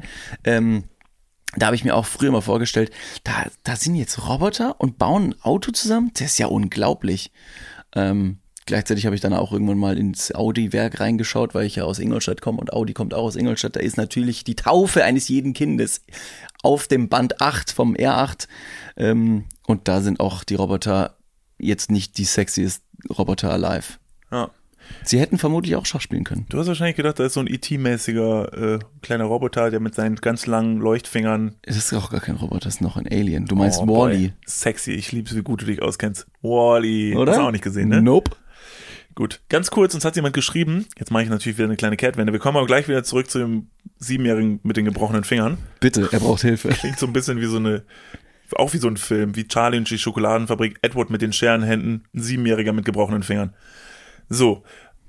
Da habe ich mir auch früher mal vorgestellt, da sind jetzt Roboter und bauen ein Auto zusammen? Das ist ja unglaublich. Gleichzeitig habe ich dann auch irgendwann mal ins Audi-Werk reingeschaut, weil ich ja aus Ingolstadt komme und Audi kommt auch aus Ingolstadt. Da ist natürlich die Taufe eines jeden Kindes auf dem Band 8 vom R8. Und da sind auch die Roboter jetzt nicht die sexiest Roboter alive. ja. Sie hätten vermutlich auch Schach spielen können. Du hast wahrscheinlich gedacht, da ist so ein E.T.-mäßiger kleiner Roboter, der mit seinen ganz langen Leuchtfingern. Das ist auch gar kein Roboter, das ist noch ein Alien. Du meinst Boy. Wall-E. Sexy, ich lieb's, wie gut du dich auskennst. Wall-E. Oder? Hast du auch nicht gesehen, ne? Nope. Gut, ganz kurz, uns hat jemand geschrieben, jetzt mache ich natürlich wieder eine kleine Kehrtwende, wir kommen aber gleich wieder zurück zu dem 7-Jährigen mit den gebrochenen Fingern. Bitte, er braucht Hilfe. Klingt so ein bisschen wie auch wie so ein Film, wie Charlie und die Schokoladenfabrik, Edward mit den Scherenhänden, ein 7-Jähriger mit gebrochenen Fingern. So,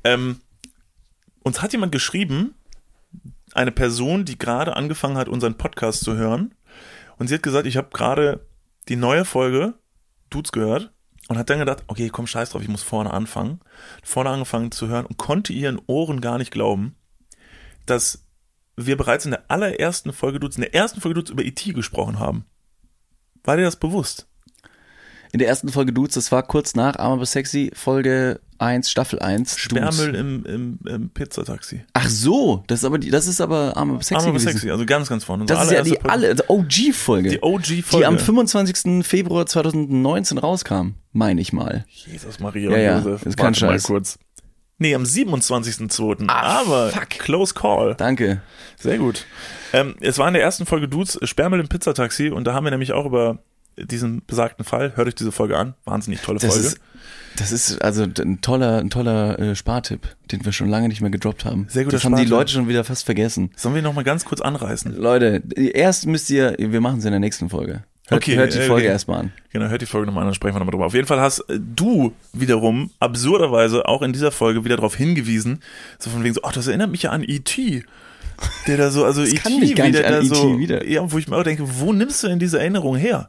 uns hat jemand geschrieben, eine Person, die gerade angefangen hat, unseren Podcast zu hören, und sie hat gesagt, ich habe gerade die neue Folge Dudes gehört und hat dann gedacht, okay, komm, scheiß drauf, ich muss vorne anfangen. Vorne angefangen zu hören und konnte ihren Ohren gar nicht glauben, dass wir bereits in der allerersten Folge Dudes, in der ersten Folge Dudes über E.T. gesprochen haben. War dir das bewusst? In der ersten Folge Dudes, das war kurz nach Arm aber sexy, Folge 1, Staffel 1. Sperrmüll im Pizzataxi. Ach so, das ist aber Arm aber sexy Arm aber gewesen. sexy, also ganz, ganz vorne. Das ist ja die OG-Folge. Die OG-Folge. Die am 25. Februar 2019 rauskam, meine ich mal. Jesus Maria Ja, und Josef. ist kein Warte mal Scheiß. kurz. Nee, am 27.2. Aber fuck. close call. Danke. Sehr gut. Es war in der ersten Folge Dudes, Sperrmüll im Pizzataxi, und da haben wir nämlich auch über diesen besagten Fall, hört euch diese Folge an, wahnsinnig tolle Folge. Das ist also ein toller Spartipp, den wir schon lange nicht mehr gedroppt haben. Sehr guter Das haben die Spartipp. Leute schon wieder fast vergessen. Sollen wir noch mal ganz kurz anreißen? Leute, erst wir machen es in der nächsten Folge. Hört die Folge erstmal an. Genau, hört die Folge nochmal an, dann sprechen wir nochmal drüber. Auf jeden Fall hast du wiederum absurderweise auch in dieser Folge wieder darauf hingewiesen, so von wegen so, ach, das erinnert mich ja an E.T., der da so, also Das E.T., kann mich gar nicht wie der an da E.T. so, wieder. ja, wo ich mir auch denke, wo nimmst du denn diese Erinnerung her?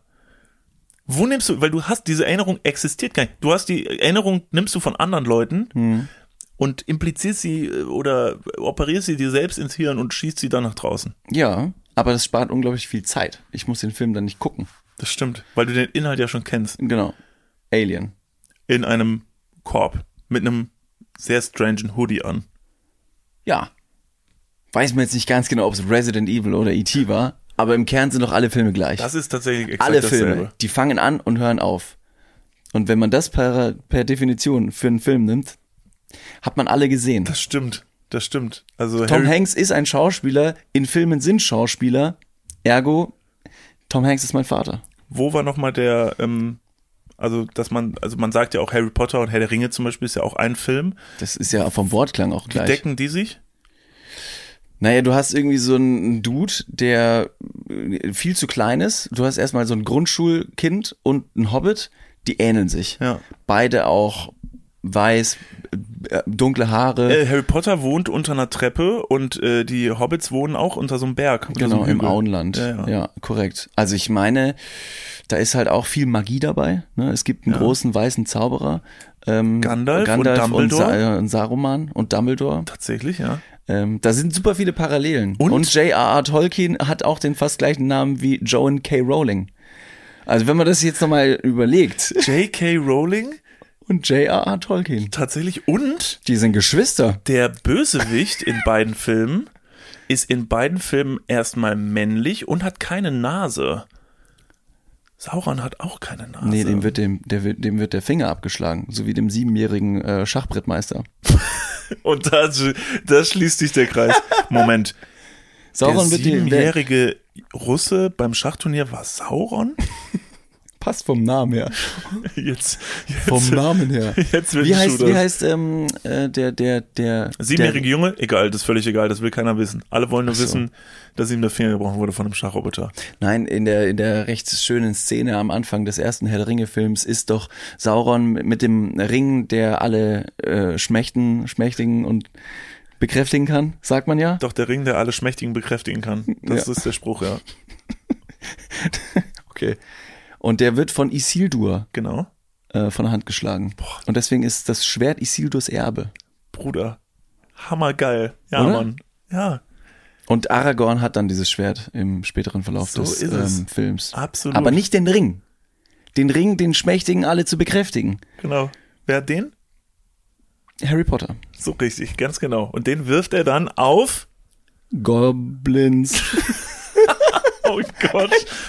Wo nimmst du, weil du hast, diese Erinnerung existiert gar nicht. Du hast die Erinnerung, nimmst du von anderen Leuten und implizierst sie oder operierst sie dir selbst ins Hirn und schießt sie dann nach draußen. Ja, aber das spart unglaublich viel Zeit. Ich muss den Film dann nicht gucken. Das stimmt, weil du den Inhalt ja schon kennst. Genau. Alien. In einem Korb mit einem sehr strangen Hoodie an. Ja. Weiß man jetzt nicht ganz genau, ob es Resident Evil oder E.T. war, aber im Kern sind doch alle Filme gleich. Das ist tatsächlich exakt alle dasselbe. Filme, die fangen an und hören auf. Und wenn man das per Definition für einen Film nimmt, hat man alle gesehen. Das stimmt. Also Tom Hanks ist ein Schauspieler, in Filmen sind Schauspieler, ergo Tom Hanks ist mein Vater. Wo war nochmal der, man sagt ja auch Harry Potter und Herr der Ringe zum Beispiel ist ja auch ein Film. Das ist ja vom Wortklang auch gleich. Wie decken die sich? Naja, du hast irgendwie so einen Dude, der viel zu klein ist. Du hast erstmal so ein Grundschulkind und einen Hobbit, die ähneln sich. Ja. Beide auch weiß, dunkle Haare. Harry Potter wohnt unter einer Treppe und die Hobbits wohnen auch unter so einem Berg. Unter so Genau, einem im Hügel. Auenland. Ja, korrekt. Also ich meine, da ist halt auch viel Magie dabei. Ne? Es gibt einen großen weißen Zauberer. Gandalf und Dumbledore. Und Saruman und Dumbledore. Tatsächlich, ja. Da sind super viele Parallelen. Und J.R.R. Tolkien hat auch den fast gleichen Namen wie Joan K. Rowling. Also wenn man das jetzt nochmal überlegt. J.K. Rowling Und J.R.R. Tolkien. tatsächlich und Die sind Geschwister. der Bösewicht in beiden Filmen ist in beiden Filmen erstmal männlich und hat keine Nase. Sauron hat auch keine Nase. Nee, dem wird der Finger abgeschlagen, so wie dem 7-jährigen Schachbrettmeister. Und da schließt sich der Kreis. Moment. Sauron der wird der 7-jährige Russe beim Schachturnier war Sauron? passt vom Namen her. Jetzt Vom Namen her. Jetzt Wie heißt der 7-jährige Junge? Egal, das ist völlig egal, das will keiner wissen. Alle wollen nur wissen, dass ihm der Finger gebrochen wurde von einem Schachroboter. Nein, in der recht schönen Szene am Anfang des ersten Herr der Ringe-Films ist doch Sauron mit dem Ring, der alle schmächtigen und bekräftigen kann, sagt man ja. Doch, der Ring, der alle Schmächtigen bekräftigen kann. Das ist der Spruch, ja. Okay. Und der wird von Isildur Genau. von der Hand geschlagen. Boah. Und deswegen ist das Schwert Isildurs Erbe. Bruder, hammergeil. Ja, Oder? Mann. Ja, Und Aragorn hat dann dieses Schwert im späteren Verlauf So des ist es. Films. absolut. Aber nicht den Ring. Den Ring, den Schmächtigen alle zu bekräftigen. Genau. Wer hat den? Harry Potter. So richtig, ganz genau. Und den wirft er dann auf... Goblins. Oh Gott.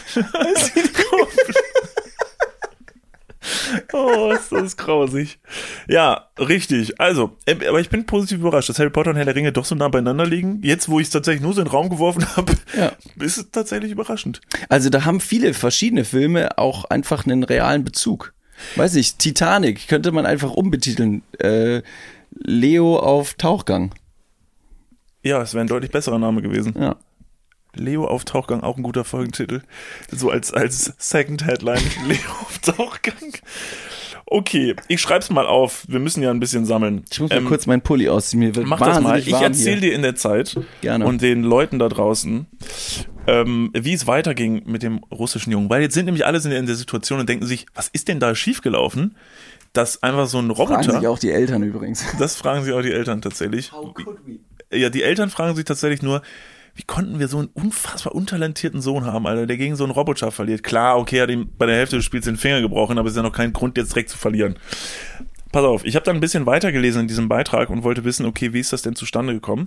Oh, ist das grausig. Ja, richtig. Also, aber ich bin positiv überrascht, dass Harry Potter und Herr der Ringe doch so nah beieinander liegen. Jetzt, wo ich es tatsächlich nur so in den Raum geworfen habe, Ja. ist es tatsächlich überraschend. Also da haben viele verschiedene Filme auch einfach einen realen Bezug. Weiß nicht, Titanic könnte man einfach umbetiteln. Leo auf Tauchgang. Ja, es wäre ein deutlich besserer Name gewesen. Ja. Leo auf Tauchgang, auch ein guter Folgentitel. So als Second Headline. Leo auf Tauchgang. Okay, ich schreib's mal auf. Wir müssen ja ein bisschen sammeln. Ich muss mal kurz meinen Pulli ausziehen. Mir wird Mach das mal. wahnsinnig Ich warm erzähle hier. dir in der Zeit Gerne. und den Leuten da draußen, wie es weiterging mit dem russischen Jungen. Weil jetzt sind nämlich alle in der Situation und denken sich, was ist denn da schiefgelaufen? Dass einfach so ein Roboter... Fragen sich auch die Eltern übrigens. Das fragen sich auch die Eltern tatsächlich. Ja, die Eltern fragen sich tatsächlich nur, wie konnten wir so einen unfassbar untalentierten Sohn haben, Alter, der gegen so einen Roboter verliert. Klar, okay, er hat ihm bei der Hälfte des Spiels den Finger gebrochen, aber es ist ja noch kein Grund, jetzt direkt zu verlieren. Pass auf, ich habe dann ein bisschen weitergelesen in diesem Beitrag und wollte wissen, okay, wie ist das denn zustande gekommen?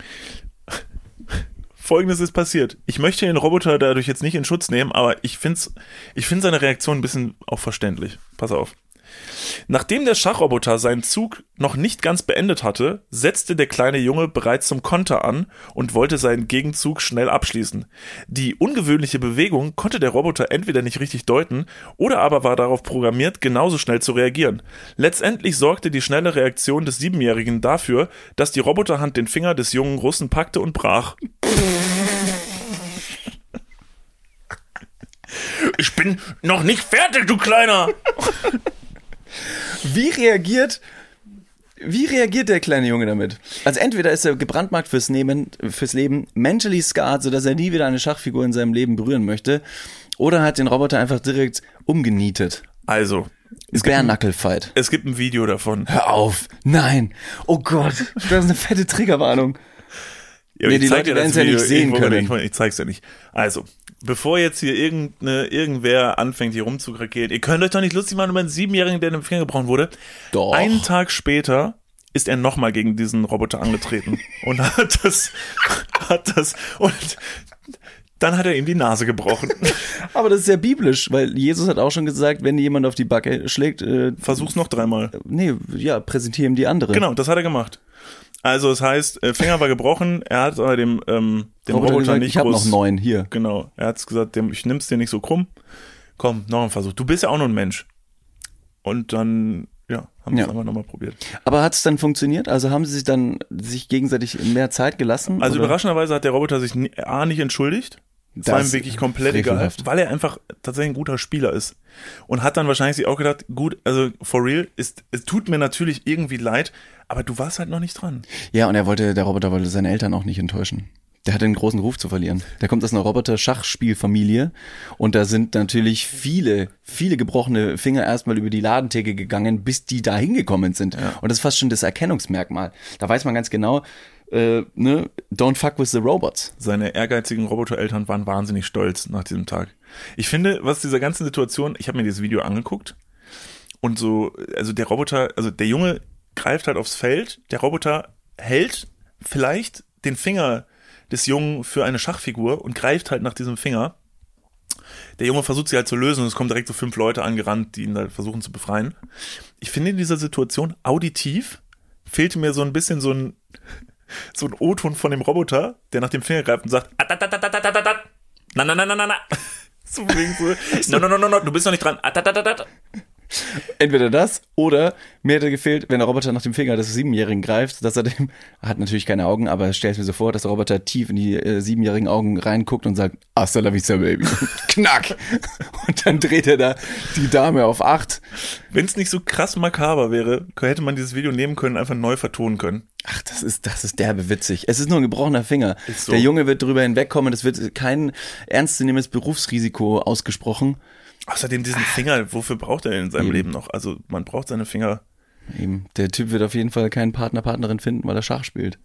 Folgendes ist passiert. Ich möchte den Roboter dadurch jetzt nicht in Schutz nehmen, aber ich finde seine Reaktion ein bisschen auch verständlich. Pass auf. Nachdem der Schachroboter seinen Zug noch nicht ganz beendet hatte, setzte der kleine Junge bereits zum Konter an und wollte seinen Gegenzug schnell abschließen. Die ungewöhnliche Bewegung konnte der Roboter entweder nicht richtig deuten oder aber war darauf programmiert, genauso schnell zu reagieren. Letztendlich sorgte die schnelle Reaktion des 7-Jährigen dafür, dass die Roboterhand den Finger des jungen Russen packte und brach. Ich bin noch nicht fertig, du Kleiner! Wie reagiert der kleine Junge damit? Also entweder ist er gebrandmarkt fürs Leben, mentally scarred, sodass er nie wieder eine Schachfigur in seinem Leben berühren möchte, oder hat den Roboter einfach direkt umgenietet. Also, Bare-Knuckle-Fight. es gibt ein Video davon. Hör auf! Nein! Oh Gott! Das ist eine fette Triggerwarnung. Ja, Nee, ich die zeig Leute dir das werden's ja Video nicht sehen irgendwo, können. Ich zeig's ja nicht. Also, bevor jetzt hier irgendwer anfängt, hier rumzukrakeelen, ihr könnt euch doch nicht lustig machen über einen 7-Jährigen, der in den Finger gebrochen wurde. Doch. Einen Tag später ist er nochmal gegen diesen Roboter angetreten und hat das, und dann hat er ihm die Nase gebrochen. Aber das ist ja biblisch, weil Jesus hat auch schon gesagt, wenn dir jemand auf die Backe schlägt, Versuch's noch 3-mal. präsentiere ihm die andere. Genau, das hat er gemacht. Also, es heißt, Finger war gebrochen, er hat aber dem Roboter gesagt, nicht ich habe groß... noch 9 hier. Genau, er hat gesagt, ich nimm's dir nicht so krumm. Komm, noch ein Versuch. Du bist ja auch nur ein Mensch. Und dann, ja, haben sie es einfach nochmal probiert. Aber hat es dann funktioniert? Also haben sie sich gegenseitig mehr Zeit gelassen? Also oder? Überraschenderweise hat der Roboter sich nicht entschuldigt. Das war ihm wirklich komplett egal, frevelhaft. weil er einfach tatsächlich ein guter Spieler ist. Und hat dann wahrscheinlich sich auch gedacht, gut, also for real, es tut mir natürlich irgendwie leid, aber du warst halt noch nicht dran. Ja, und der Roboter wollte seine Eltern auch nicht enttäuschen. Der hatte einen großen Ruf zu verlieren. Der kommt aus einer Roboter-Schachspielfamilie und da sind natürlich viele gebrochene Finger erstmal über die Ladentheke gegangen, bis die da hingekommen sind. Ja. Und das ist fast schon das Erkennungsmerkmal. Da weiß man ganz genau, don't fuck with the robots. Seine ehrgeizigen Robotereltern waren wahnsinnig stolz nach diesem Tag. Ich finde, was dieser ganzen Situation, ich habe mir dieses Video angeguckt und so, also der Roboter, also der Junge greift halt aufs Feld, der Roboter hält vielleicht den Finger des Jungen für eine Schachfigur und greift halt nach diesem Finger. Der Junge versucht sie halt zu lösen und es kommen direkt so 5 Leute angerannt, die ihn da versuchen zu befreien. Ich finde in dieser Situation auditiv fehlte mir so ein bisschen so ein O-Ton von dem Roboter, der nach dem Finger greift und sagt, na. So no, du bist noch nicht dran. Entweder das oder mir hätte gefehlt, wenn der Roboter nach dem Finger des 7-Jährigen greift, dass er dem, hat natürlich keine Augen, aber stell es mir so vor, dass der Roboter tief in die 7-jährigen Augen reinguckt und sagt, hasta la vista, Baby. Knack. Und dann dreht er da die Dame auf 8. Wenn es nicht so krass makaber wäre, hätte man dieses Video nehmen können, einfach neu vertonen können. Ach, das ist derbe witzig. Es ist nur ein gebrochener Finger. Ist so. Der Junge wird drüber hinwegkommen, es wird kein ernstzunehmendes Berufsrisiko ausgesprochen. Außerdem diesen Finger, wofür braucht er denn in seinem Leben noch? Also man braucht seine Finger. Eben. Der Typ wird auf jeden Fall keinen Partnerin finden, weil er Schach spielt.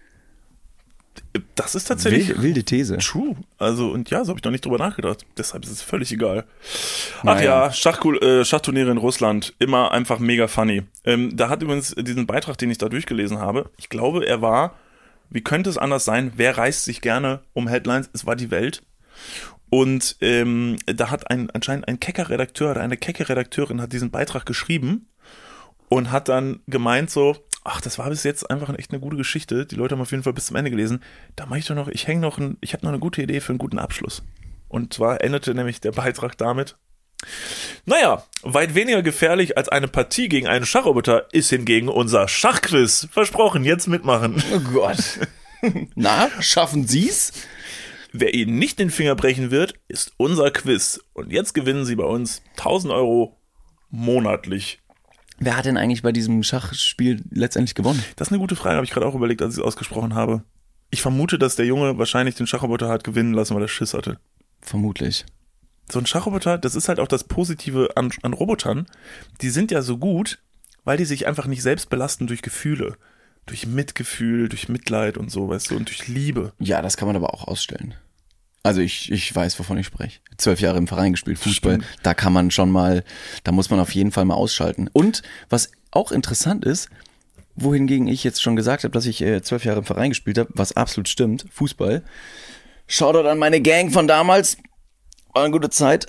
Das ist tatsächlich wilde These. True. Also und ja, so habe ich noch nicht drüber nachgedacht. Deshalb ist es völlig egal. Ach Naja. ja, Schachturniere in Russland, immer einfach mega funny. Da hat übrigens diesen Beitrag, den ich da durchgelesen habe, ich glaube, er war, wie könnte es anders sein, wer reißt sich gerne um Headlines? Es war die Welt. Und da hat anscheinend ein kecker Redakteur oder eine kecke Redakteurin hat diesen Beitrag geschrieben und hat dann gemeint so, ach, das war bis jetzt einfach echt eine gute Geschichte. Die Leute haben auf jeden Fall bis zum Ende gelesen. Da mache ich doch noch, ich habe noch eine gute Idee für einen guten Abschluss. Und zwar endete nämlich der Beitrag damit: Naja, weit weniger gefährlich als eine Partie gegen einen Schachroboter ist hingegen unser Schachquiz. Versprochen, jetzt mitmachen. Oh Gott. Na, schaffen Sie's? Wer Ihnen nicht den Finger brechen wird, ist unser Quiz. Und jetzt gewinnen Sie bei uns 1.000 Euro monatlich. Wer hat denn eigentlich bei diesem Schachspiel letztendlich gewonnen? Das ist eine gute Frage, habe ich gerade auch überlegt, als ich es ausgesprochen habe. Ich vermute, dass der Junge wahrscheinlich den Schachroboter hat gewinnen lassen, weil er Schiss hatte. Vermutlich. So ein Schachroboter, das ist halt auch das Positive an Robotern. Die sind ja so gut, weil die sich einfach nicht selbst belasten durch Gefühle. Durch Mitgefühl, durch Mitleid und so, weißt du, und durch Liebe. Ja, das kann man aber auch ausstellen. Also ich weiß, wovon ich spreche. 12 Jahre im Verein gespielt, Fußball. Stimmt. Da kann man schon mal, da muss man auf jeden Fall mal ausschalten. Und was auch interessant ist, wohingegen ich jetzt schon gesagt habe, dass ich 12 Jahre im Verein gespielt habe, was absolut stimmt, Fußball. Shoutout an meine Gang von damals. War eine gute Zeit.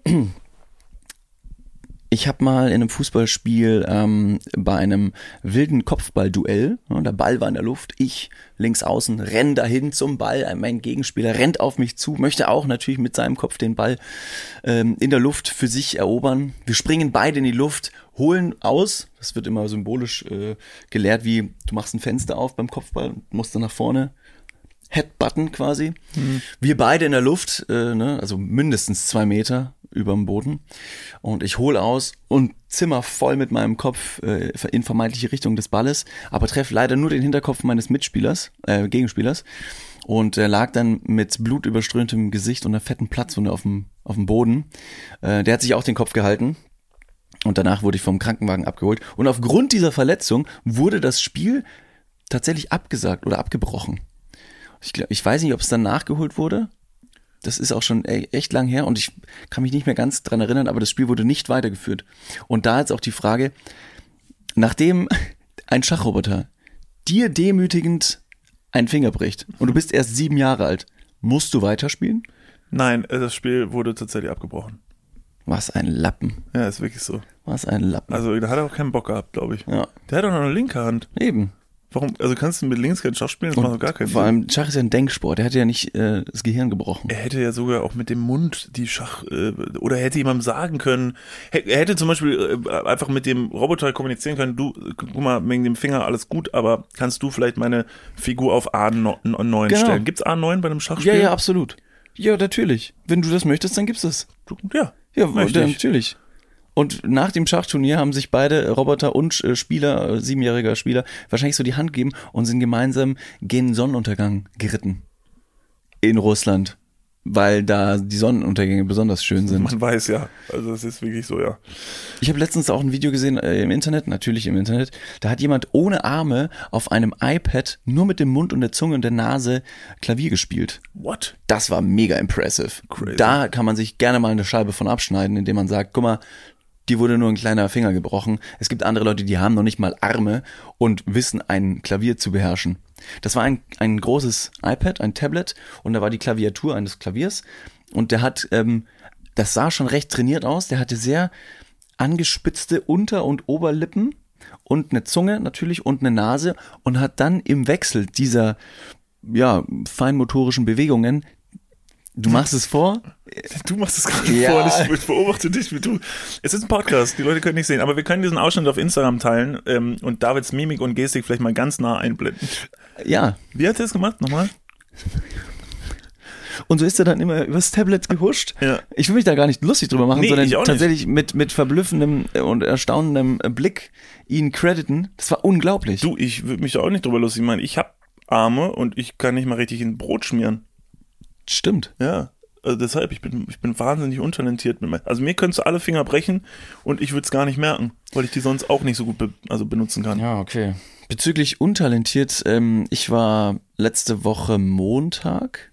Ich habe mal in einem Fußballspiel bei einem wilden Kopfballduell, der Ball war in der Luft, ich links außen renn dahin zum Ball, mein Gegenspieler rennt auf mich zu, möchte auch natürlich mit seinem Kopf den Ball in der Luft für sich erobern. Wir springen beide in die Luft, holen aus, das wird immer symbolisch gelehrt, wie du machst ein Fenster auf beim Kopfball und musst dann nach vorne Headbutton quasi. Wir beide in der Luft, also mindestens 2 Meter über dem Boden. Und ich hole aus und zimmer voll mit meinem Kopf in vermeintliche Richtung des Balles, aber treffe leider nur den Hinterkopf meines Gegenspielers. Und er lag dann mit blutüberströmtem Gesicht und einer fetten Platzwunde auf dem Boden. Der hat sich auch den Kopf gehalten. Und danach wurde ich vom Krankenwagen abgeholt. Und aufgrund dieser Verletzung wurde das Spiel tatsächlich abgesagt oder abgebrochen. Ich weiß nicht, ob es dann nachgeholt wurde. Das ist auch schon echt lang her und ich kann mich nicht mehr ganz dran erinnern, aber das Spiel wurde nicht weitergeführt. Und da jetzt auch die Frage, nachdem ein Schachroboter dir demütigend einen Finger bricht und du bist erst 7 Jahre alt, musst du weiterspielen? Nein, das Spiel wurde tatsächlich abgebrochen. Was ein Lappen. Ja, ist wirklich so. Was ein Lappen. Also da hat er auch keinen Bock gehabt, glaube ich. Ja. Der hat auch noch eine linke Hand. Eben. Warum? Also kannst du mit links kein Schach spielen? Das macht doch gar keinen Sinn. Vor allem Schach ist ja ein Denksport. Der hat ja nicht das Gehirn gebrochen. Er hätte ja sogar auch mit dem Mund die oder er hätte jemandem sagen können, er hätte zum Beispiel einfach mit dem Roboter kommunizieren können, du, guck mal, wegen dem Finger alles gut, aber kannst du vielleicht meine Figur auf A9 stellen? Gibt's A9 bei einem Schachspiel? Ja, absolut. Ja, natürlich. Wenn du das möchtest, dann gibt's das. Ja, natürlich. Und nach dem Schachturnier haben sich beide Roboter und Spieler, 7-jähriger Spieler, wahrscheinlich so die Hand gegeben und sind gemeinsam gen Sonnenuntergang geritten. In Russland. Weil da die Sonnenuntergänge besonders schön sind. Man weiß ja. Also das ist wirklich so, ja. Ich habe letztens auch ein Video gesehen im Internet, natürlich im Internet. Da hat jemand ohne Arme auf einem iPad nur mit dem Mund und der Zunge und der Nase Klavier gespielt. What? Das war mega impressive. Crazy. Da kann man sich gerne mal eine Scheibe von abschneiden, indem man sagt, guck mal, die wurde nur ein kleiner Finger gebrochen. Es gibt andere Leute, die haben noch nicht mal Arme und wissen, ein Klavier zu beherrschen. Das war ein großes iPad, ein Tablet und da war die Klaviatur eines Klaviers und der hat, das sah schon recht trainiert aus, der hatte sehr angespitzte Unter- und Oberlippen und eine Zunge natürlich und eine Nase und hat dann im Wechsel dieser, feinmotorischen Bewegungen, du machst es vor. Du machst es gerade vor, ich beobachte dich, wie du. Es ist ein Podcast, die Leute können nicht sehen, aber wir können diesen Ausschnitt auf Instagram teilen und Davids Mimik und Gestik vielleicht mal ganz nah einblenden. Ja. Wie hat er das gemacht? Nochmal? Und so ist er dann immer übers Tablet gehuscht. Ja. Ich will mich da gar nicht lustig drüber machen, sondern ich auch tatsächlich mit verblüffendem und erstaunendem Blick ihn crediten. Das war unglaublich. Du, ich würde mich da auch nicht drüber lustig machen. Ich habe Arme und ich kann nicht mal richtig in Brot schmieren. Stimmt. Ja, also deshalb, ich bin wahnsinnig untalentiert. Also mir könntest du alle Finger brechen und ich würde es gar nicht merken, weil ich die sonst auch nicht so gut benutzen kann. Ja, okay. Bezüglich untalentiert, ich war letzte Woche Montag,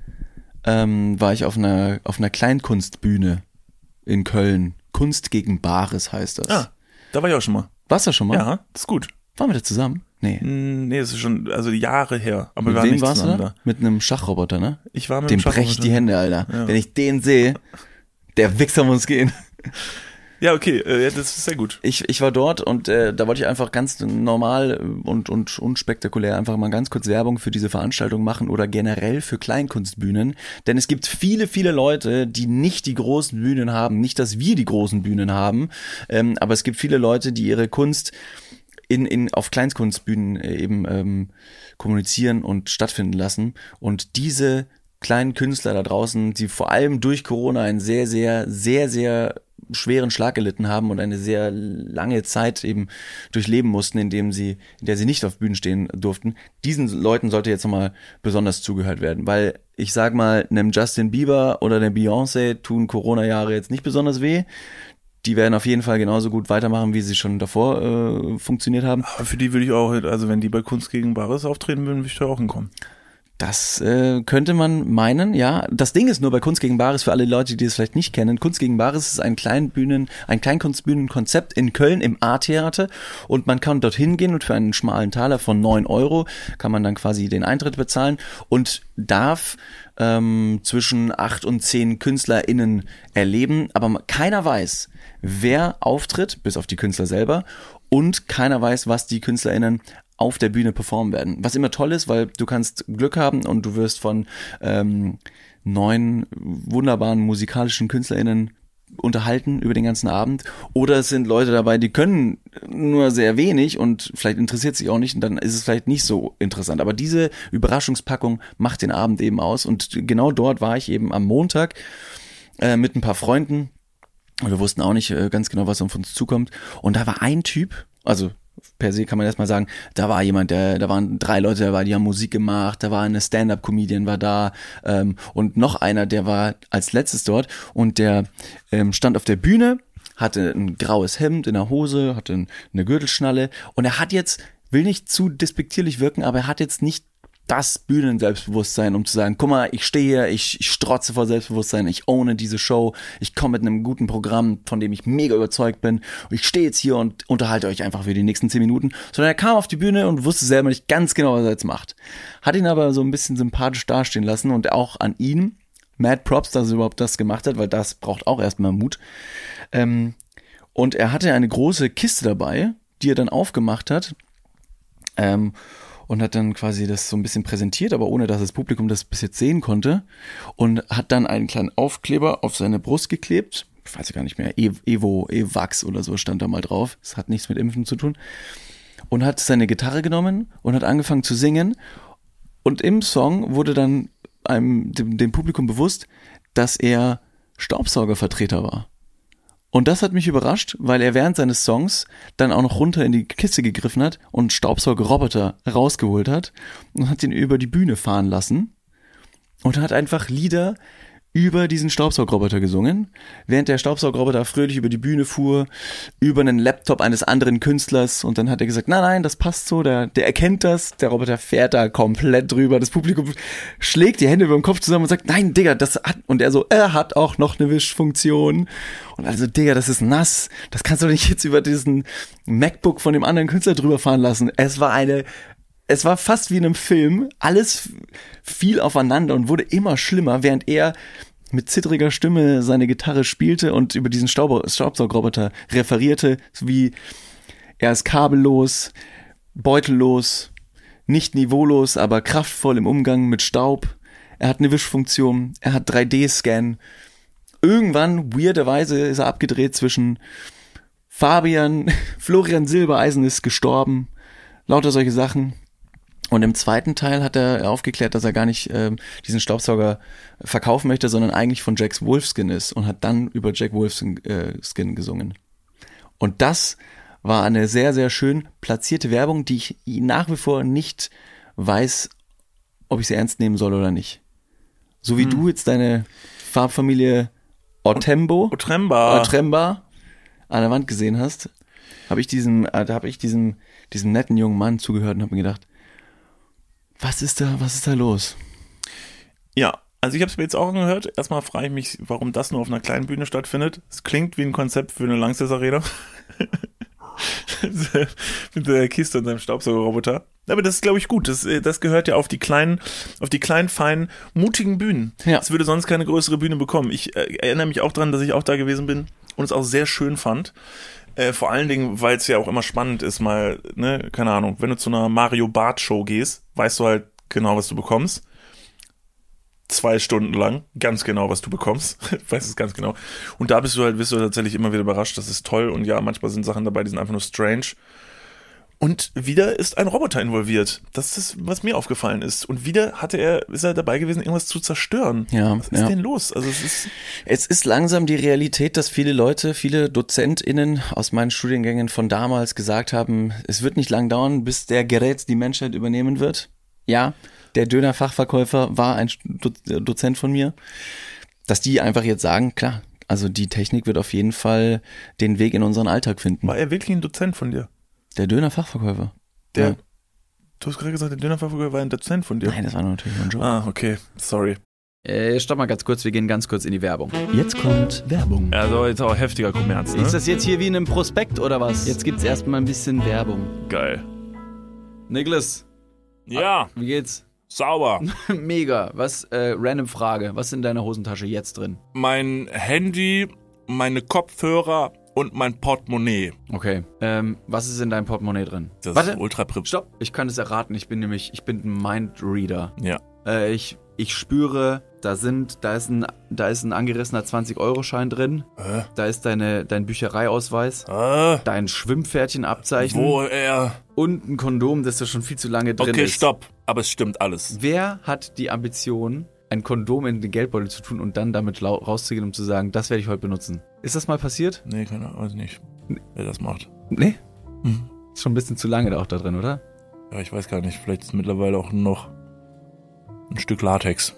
war ich auf einer Kleinkunstbühne in Köln. Kunst gegen Bares heißt das. Ah, da war ich auch schon mal. Warst du schon mal? Ja, das ist gut. Waren wir da zusammen? Nee. Nee, das ist schon, Jahre her. Aber mit wir waren wem nicht warst zusammen du da? Mit einem Schachroboter, ne? Ich war mit dem dem Schachroboter. brech ich die Hände, Alter. Ja. Wenn ich den sehe, der Wichser muss gehen. Ja, okay, das ist sehr gut. Ich war dort und da wollte ich einfach ganz normal und unspektakulär einfach mal ganz kurz Werbung für diese Veranstaltung machen oder generell für Kleinkunstbühnen. Denn es gibt viele, viele Leute, die nicht die großen Bühnen haben. Nicht, dass wir die großen Bühnen haben, aber es gibt viele Leute, die ihre Kunst auf Kleinkunstbühnen eben kommunizieren und stattfinden lassen. Und diese kleinen Künstler da draußen, die vor allem durch Corona einen sehr, sehr, sehr, sehr schweren Schlag gelitten haben und eine sehr lange Zeit eben durchleben mussten, in der sie nicht auf Bühnen stehen durften. Diesen Leuten sollte jetzt nochmal besonders zugehört werden, weil ich sag mal, einem Justin Bieber oder der Beyoncé tun Corona-Jahre jetzt nicht besonders weh. Die werden auf jeden Fall genauso gut weitermachen, wie sie schon davor funktioniert haben. Aber für die würde ich auch, also wenn die bei Kunst gegen Bares auftreten würden, würde ich da auch hinkommen. Das könnte man meinen, ja. Das Ding ist nur bei Kunst gegen Bares, für alle Leute, die es vielleicht nicht kennen, Kunst gegen Bares ist ein Kleinkunstbühnenkonzept in Köln im A-Theater und man kann dorthin gehen und für einen schmalen Taler von 9 € kann man dann quasi den Eintritt bezahlen und darf zwischen 8 und 10 KünstlerInnen erleben, aber keiner weiß, wer auftritt, bis auf die Künstler selber, und keiner weiß, was die KünstlerInnen auf der Bühne performen werden. Was immer toll ist, weil du kannst Glück haben und du wirst von 9 wunderbaren musikalischen KünstlerInnen unterhalten über den ganzen Abend. Oder es sind Leute dabei, die können nur sehr wenig und vielleicht interessiert sich auch nicht und dann ist es vielleicht nicht so interessant. Aber diese Überraschungspackung macht den Abend eben aus und genau dort war ich eben am Montag mit ein paar Freunden. Wir wussten auch nicht ganz genau, was auf uns zukommt. Und da war ein Typ, also per se kann man erstmal sagen, da war jemand, da waren 3 Leute dabei, die haben Musik gemacht, da war eine Stand-Up-Comedian, war da und noch einer, der war als letztes dort und der stand auf der Bühne, hatte ein graues Hemd in der Hose, hatte eine Gürtelschnalle und er hat jetzt, will nicht zu despektierlich wirken, aber er hat jetzt nicht das Bühnen-Selbstbewusstsein, um zu sagen, guck mal, ich stehe hier, ich strotze vor Selbstbewusstsein, ich owne diese Show, ich komme mit einem guten Programm, von dem ich mega überzeugt bin und ich stehe jetzt hier und unterhalte euch einfach für die nächsten 10 Minuten, sondern er kam auf die Bühne und wusste selber nicht ganz genau, was er jetzt macht. Hat ihn aber so ein bisschen sympathisch dastehen lassen und auch an ihn, mad props, dass er überhaupt das gemacht hat, weil das braucht auch erstmal Mut. Und er hatte eine große Kiste dabei, die er dann aufgemacht hat, und hat dann quasi das so ein bisschen präsentiert, aber ohne, dass das Publikum das bis jetzt sehen konnte und hat dann einen kleinen Aufkleber auf seine Brust geklebt, ich weiß gar nicht mehr, Evax oder so stand da mal drauf, das hat nichts mit Impfen zu tun, und hat seine Gitarre genommen und hat angefangen zu singen und im Song wurde dann dem Publikum bewusst, dass er Staubsaugervertreter war. Und das hat mich überrascht, weil er während seines Songs dann auch noch runter in die Kiste gegriffen hat und Staubsaugerroboter rausgeholt hat und hat ihn über die Bühne fahren lassen und hat einfach Lieder über diesen Staubsaugerroboter gesungen, während der Staubsaugerroboter fröhlich über die Bühne fuhr, über einen Laptop eines anderen Künstlers und dann hat er gesagt, nein, das passt so, der erkennt das, der Roboter fährt da komplett drüber, das Publikum schlägt die Hände über den Kopf zusammen und sagt, nein, Digga, und er so, er hat auch noch eine Wischfunktion und also, Digga, das ist nass, das kannst du nicht jetzt über diesen MacBook von dem anderen Künstler drüber fahren lassen. Es war es war fast wie in einem Film. Alles fiel aufeinander und wurde immer schlimmer, während er mit zittriger Stimme seine Gitarre spielte und über diesen Staubsaugerroboter referierte, wie er ist kabellos, beutellos, nicht niveaulos, aber kraftvoll im Umgang mit Staub. Er hat eine Wischfunktion, er hat 3D-Scan. Irgendwann, weirderweise, ist er abgedreht zwischen Florian Silbereisen ist gestorben, lauter solche Sachen. Und im zweiten Teil hat er aufgeklärt, dass er gar nicht diesen Staubsauger verkaufen möchte, sondern eigentlich von Jack Wolfskin ist und hat dann über Jack Wolfskin gesungen. Und das war eine sehr, sehr schön platzierte Werbung, die ich nach wie vor nicht weiß, ob ich sie ernst nehmen soll oder nicht. So wie du jetzt deine Farbfamilie Otremba an der Wand gesehen hast, habe ich diesem netten jungen Mann zugehört und habe mir gedacht, was ist da los? Ja, also ich habe es mir jetzt auch angehört. Erstmal frage ich mich, warum das nur auf einer kleinen Bühne stattfindet. Es klingt wie ein Konzept für eine Langsess-Arena. Mit der Kiste und seinem Staubsaugerroboter. Aber das ist, glaube ich, gut. Das gehört ja auf die kleinen, feinen, mutigen Bühnen. Ja. Es würde sonst keine größere Bühne bekommen. Ich erinnere mich auch daran, dass ich auch da gewesen bin und es auch sehr schön fand. Vor allen Dingen, weil es ja auch immer spannend ist, mal, ne, keine Ahnung, wenn du zu einer Mario Barth Show gehst, weißt du halt genau, was du bekommst. 2 Stunden lang, ganz genau, was du bekommst. Weißt es ganz genau. Und da wirst du tatsächlich immer wieder überrascht, das ist toll. Und ja, manchmal sind Sachen dabei, die sind einfach nur strange. Und wieder ist ein Roboter involviert. Das ist, was mir aufgefallen ist. Und wieder ist er dabei gewesen, irgendwas zu zerstören. Ja, was ist denn los? Also es ist langsam die Realität, dass viele DozentInnen aus meinen Studiengängen von damals gesagt haben, es wird nicht lang dauern, bis der Gerät die Menschheit übernehmen wird. Ja, der Döner-Fachverkäufer war ein Dozent von mir. Dass die einfach jetzt sagen, klar, also die Technik wird auf jeden Fall den Weg in unseren Alltag finden. war er wirklich ein Dozent von dir? Der Döner-Fachverkäufer. Du hast gerade gesagt, der Döner-Fachverkäufer war ein Dozent von dir. Nein, das war natürlich nur ein Job. Ah, okay, sorry. Stopp mal ganz kurz, wir gehen ganz kurz in die Werbung. Jetzt kommt Werbung. Also jetzt auch heftiger Kommerz, ne? Ist das jetzt hier wie in einem Prospekt oder was? Jetzt gibt's erstmal ein bisschen Werbung. Geil. Niklas, Ja, wie geht's? sauber. Mega. Random Frage. Was ist in deiner Hosentasche jetzt drin? Mein Handy, meine Kopfhörer und mein Portemonnaie. Okay. Was ist in deinem Portemonnaie drin? Das Warte. ist ultra Stopp. Ich kann es erraten. Ich bin ein Mindreader. Ja. Ich spüre, da ist ein angerissener 20-Euro-Schein drin. Da ist dein Büchereiausweis. Dein Schwimmpferdchenabzeichen. Und ein Kondom, das da schon viel zu lange drin ist. Okay, stopp. Aber es stimmt alles. Wer hat die Ambition, ein Kondom in den Geldbeutel zu tun und dann damit rauszugehen, um zu sagen, das werde ich heute benutzen? Ist das mal passiert? Nee, keine Ahnung, weiß nicht, wer das macht. Nee? Ist schon ein bisschen zu lange da auch da drin, oder? Ja, ich weiß gar nicht. Vielleicht ist mittlerweile auch noch ein Stück Latex,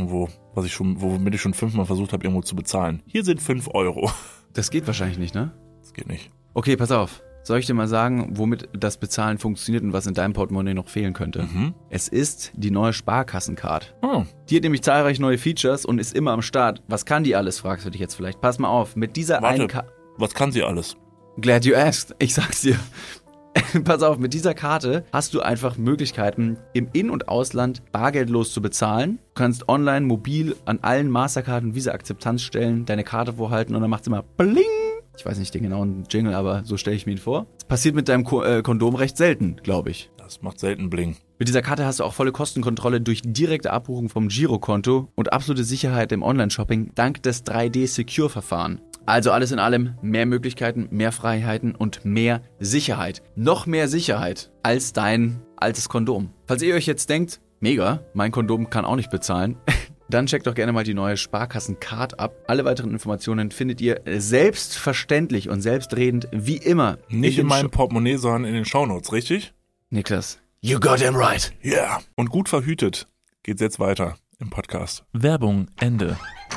womit ich schon 5-mal versucht habe, irgendwo zu bezahlen. Hier sind 5 Euro. Das geht wahrscheinlich nicht, ne? Das geht nicht. Okay, pass auf. Soll ich dir mal sagen, womit das Bezahlen funktioniert und was in deinem Portemonnaie noch fehlen könnte? Es ist die neue Sparkassencard. Die hat nämlich zahlreiche neue Features und ist immer am Start. Was kann die alles, fragst du dich jetzt vielleicht. Pass mal auf, mit dieser einen Karte... Was kann sie alles? Glad you asked. Ich sag's dir. Pass auf, mit dieser Karte hast du einfach Möglichkeiten, im In- und Ausland bargeldlos zu bezahlen. Du kannst online, mobil an allen Mastercard- und Visa-Akzeptanzstellen deine Karte vorhalten und dann macht's immer Bling. Ich weiß nicht den genauen Jingle, aber so stelle ich mir ihn vor. Das passiert mit deinem Kondom recht selten, glaube ich. Das macht selten Bling. Mit dieser Karte hast du auch volle Kostenkontrolle durch direkte Abbuchung vom Girokonto und absolute Sicherheit im Online-Shopping dank des 3D-Secure-Verfahren. Also alles in allem mehr Möglichkeiten, mehr Freiheiten und mehr Sicherheit. Noch mehr Sicherheit als dein altes Kondom. Falls ihr euch jetzt denkt, mega, mein Kondom kann auch nicht bezahlen, dann checkt doch gerne mal die neue Sparkassen-Card ab. Alle weiteren Informationen findet ihr selbstverständlich und selbstredend wie immer. Nicht in meinem Portemonnaie, sondern in den Shownotes, richtig? Niklas, you got him right. Ja. Yeah. Und gut verhütet geht's jetzt weiter im Podcast. Werbung, Ende.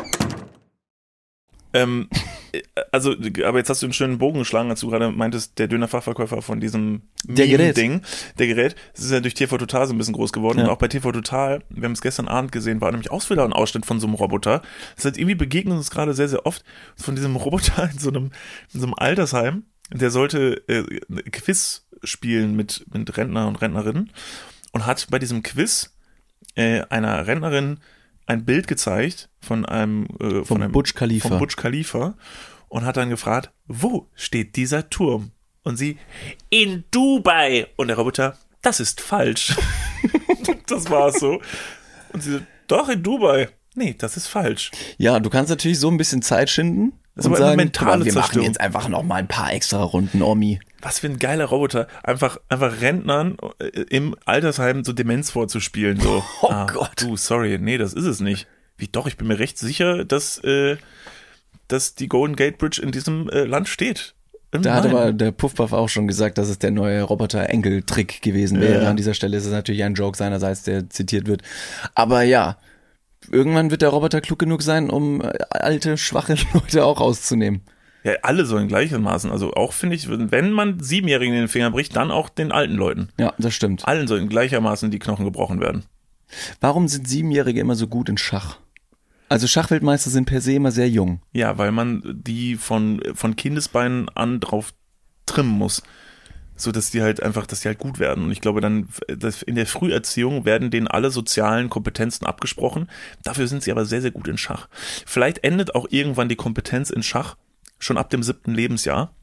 Aber jetzt hast du einen schönen Bogen geschlagen, als du gerade meintest, der Dönerfachverkäufer von diesem Gerät. Der Gerät, das ist ja durch TV Total so ein bisschen groß geworden. Ja. Und auch bei TV Total, wir haben es gestern Abend gesehen, war nämlich auch wieder ein Ausschnitt von so einem Roboter. Das heißt, irgendwie begegnen uns gerade sehr, sehr oft von diesem Roboter in so einem Altersheim. Der sollte Quiz spielen mit Rentner und Rentnerinnen. und hat bei diesem Quiz einer Rentnerin ein Bild gezeigt von einem Burj Khalifa. Vom Burj Khalifa und hat dann gefragt, wo steht dieser Turm? Und sie, in Dubai. Und der Roboter, das ist falsch. Das war so. Und sie, doch, in Dubai. Nee, das ist falsch. Ja, du kannst natürlich so ein bisschen Zeit schinden. Das und ist aber sagen, mentale wir machen Zerstörung. jetzt einfach noch mal ein paar extra Runden, Omi. Was für ein geiler Roboter. Einfach Rentnern im Altersheim so Demenz vorzuspielen. So. Oh Gott. Du, sorry, nee, das ist es nicht. Wie doch, ich bin mir recht sicher, dass die Golden Gate Bridge in diesem Land steht. Da hat aber der Puffpuff auch schon gesagt, dass es der neue Roboter-Enkel-Trick gewesen wäre. Ja. An dieser Stelle ist es natürlich ein Joke seinerseits, der zitiert wird. Aber ja, irgendwann wird der Roboter klug genug sein, um alte, schwache Leute auch auszunehmen. Ja, alle sollen gleichermaßen. Also auch, finde ich, wenn man 7-Jährigen in den Finger bricht, dann auch den alten Leuten. Ja, das stimmt. Allen sollen gleichermaßen die Knochen gebrochen werden. Warum sind 7-Jährige immer so gut in Schach? Also Schachweltmeister sind per se immer sehr jung. Ja, weil man die von Kindesbeinen an drauf trimmen muss. So, dass die halt gut werden. Und ich glaube dann, dass in der Früherziehung werden denen alle sozialen Kompetenzen abgesprochen. Dafür sind sie aber sehr, sehr gut in Schach. Vielleicht endet auch irgendwann die Kompetenz in Schach schon ab dem 7. Lebensjahr,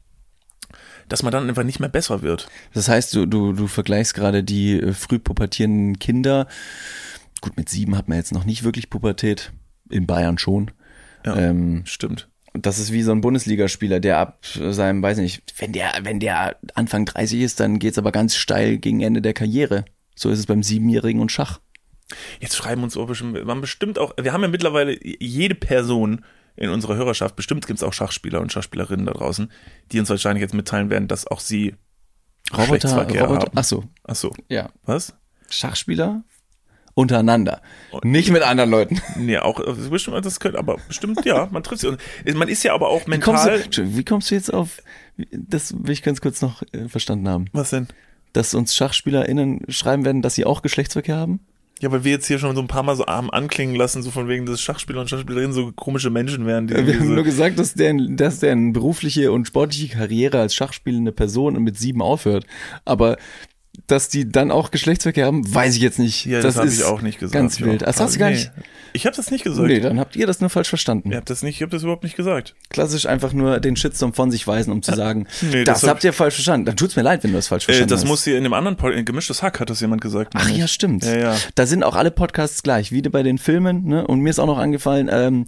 dass man dann einfach nicht mehr besser wird. Das heißt, du vergleichst gerade die früh pubertierenden Kinder. Gut, mit 7 hat man jetzt noch nicht wirklich Pubertät. In Bayern schon. Ja, stimmt. Das ist wie so ein Bundesligaspieler, der ab seinem, weiß nicht, wenn der Anfang 30 ist, dann geht's aber ganz steil gegen Ende der Karriere. So ist es beim 7-Jährigen und Schach. Jetzt schreiben uns auch bestimmt auch, wir haben ja mittlerweile jede Person in unserer Hörerschaft, bestimmt gibt's auch Schachspieler und Schachspielerinnen da draußen, die uns wahrscheinlich jetzt mitteilen werden, dass auch sie Geschlechtsverkehr haben. Ach so. Ja. Was? Schachspieler? Untereinander. Nicht mit anderen Leuten. Nee, auch, bestimmt, das könnte, aber bestimmt, ja, man trifft sich. Und man ist ja aber auch mental. Wie kommst du jetzt auf, das will ich ganz kurz noch verstanden haben. Was denn? Dass uns SchachspielerInnen schreiben werden, dass sie auch Geschlechtsverkehr haben? Ja, weil wir jetzt hier schon so ein paar Mal so arm anklingen lassen, so von wegen, dass Schachspieler und Schachspielerinnen so komische Menschen wären. Die wir haben nur gesagt, dass deren berufliche und sportliche Karriere als schachspielende Person mit 7 aufhört. Aber dass die dann auch Geschlechtsverkehr haben, weiß ich jetzt nicht. Ja, das habe ich auch nicht gesagt. Ganz wild. Das hast du gar nicht. Ich habe das nicht gesagt. Nee, dann habt ihr das nur falsch verstanden. Ich habe das überhaupt nicht gesagt. Klassisch einfach nur den Shitstorm von sich weisen, um zu sagen, nee, das habt ihr falsch verstanden. Dann tut's mir leid, wenn du das falsch verstanden hast. Das muss hier in dem anderen in Gemischtes Hack hat das jemand gesagt. Ach ja, stimmt. Ja. Da sind auch alle Podcasts gleich, wie bei den Filmen, ne? Und mir ist auch noch angefallen,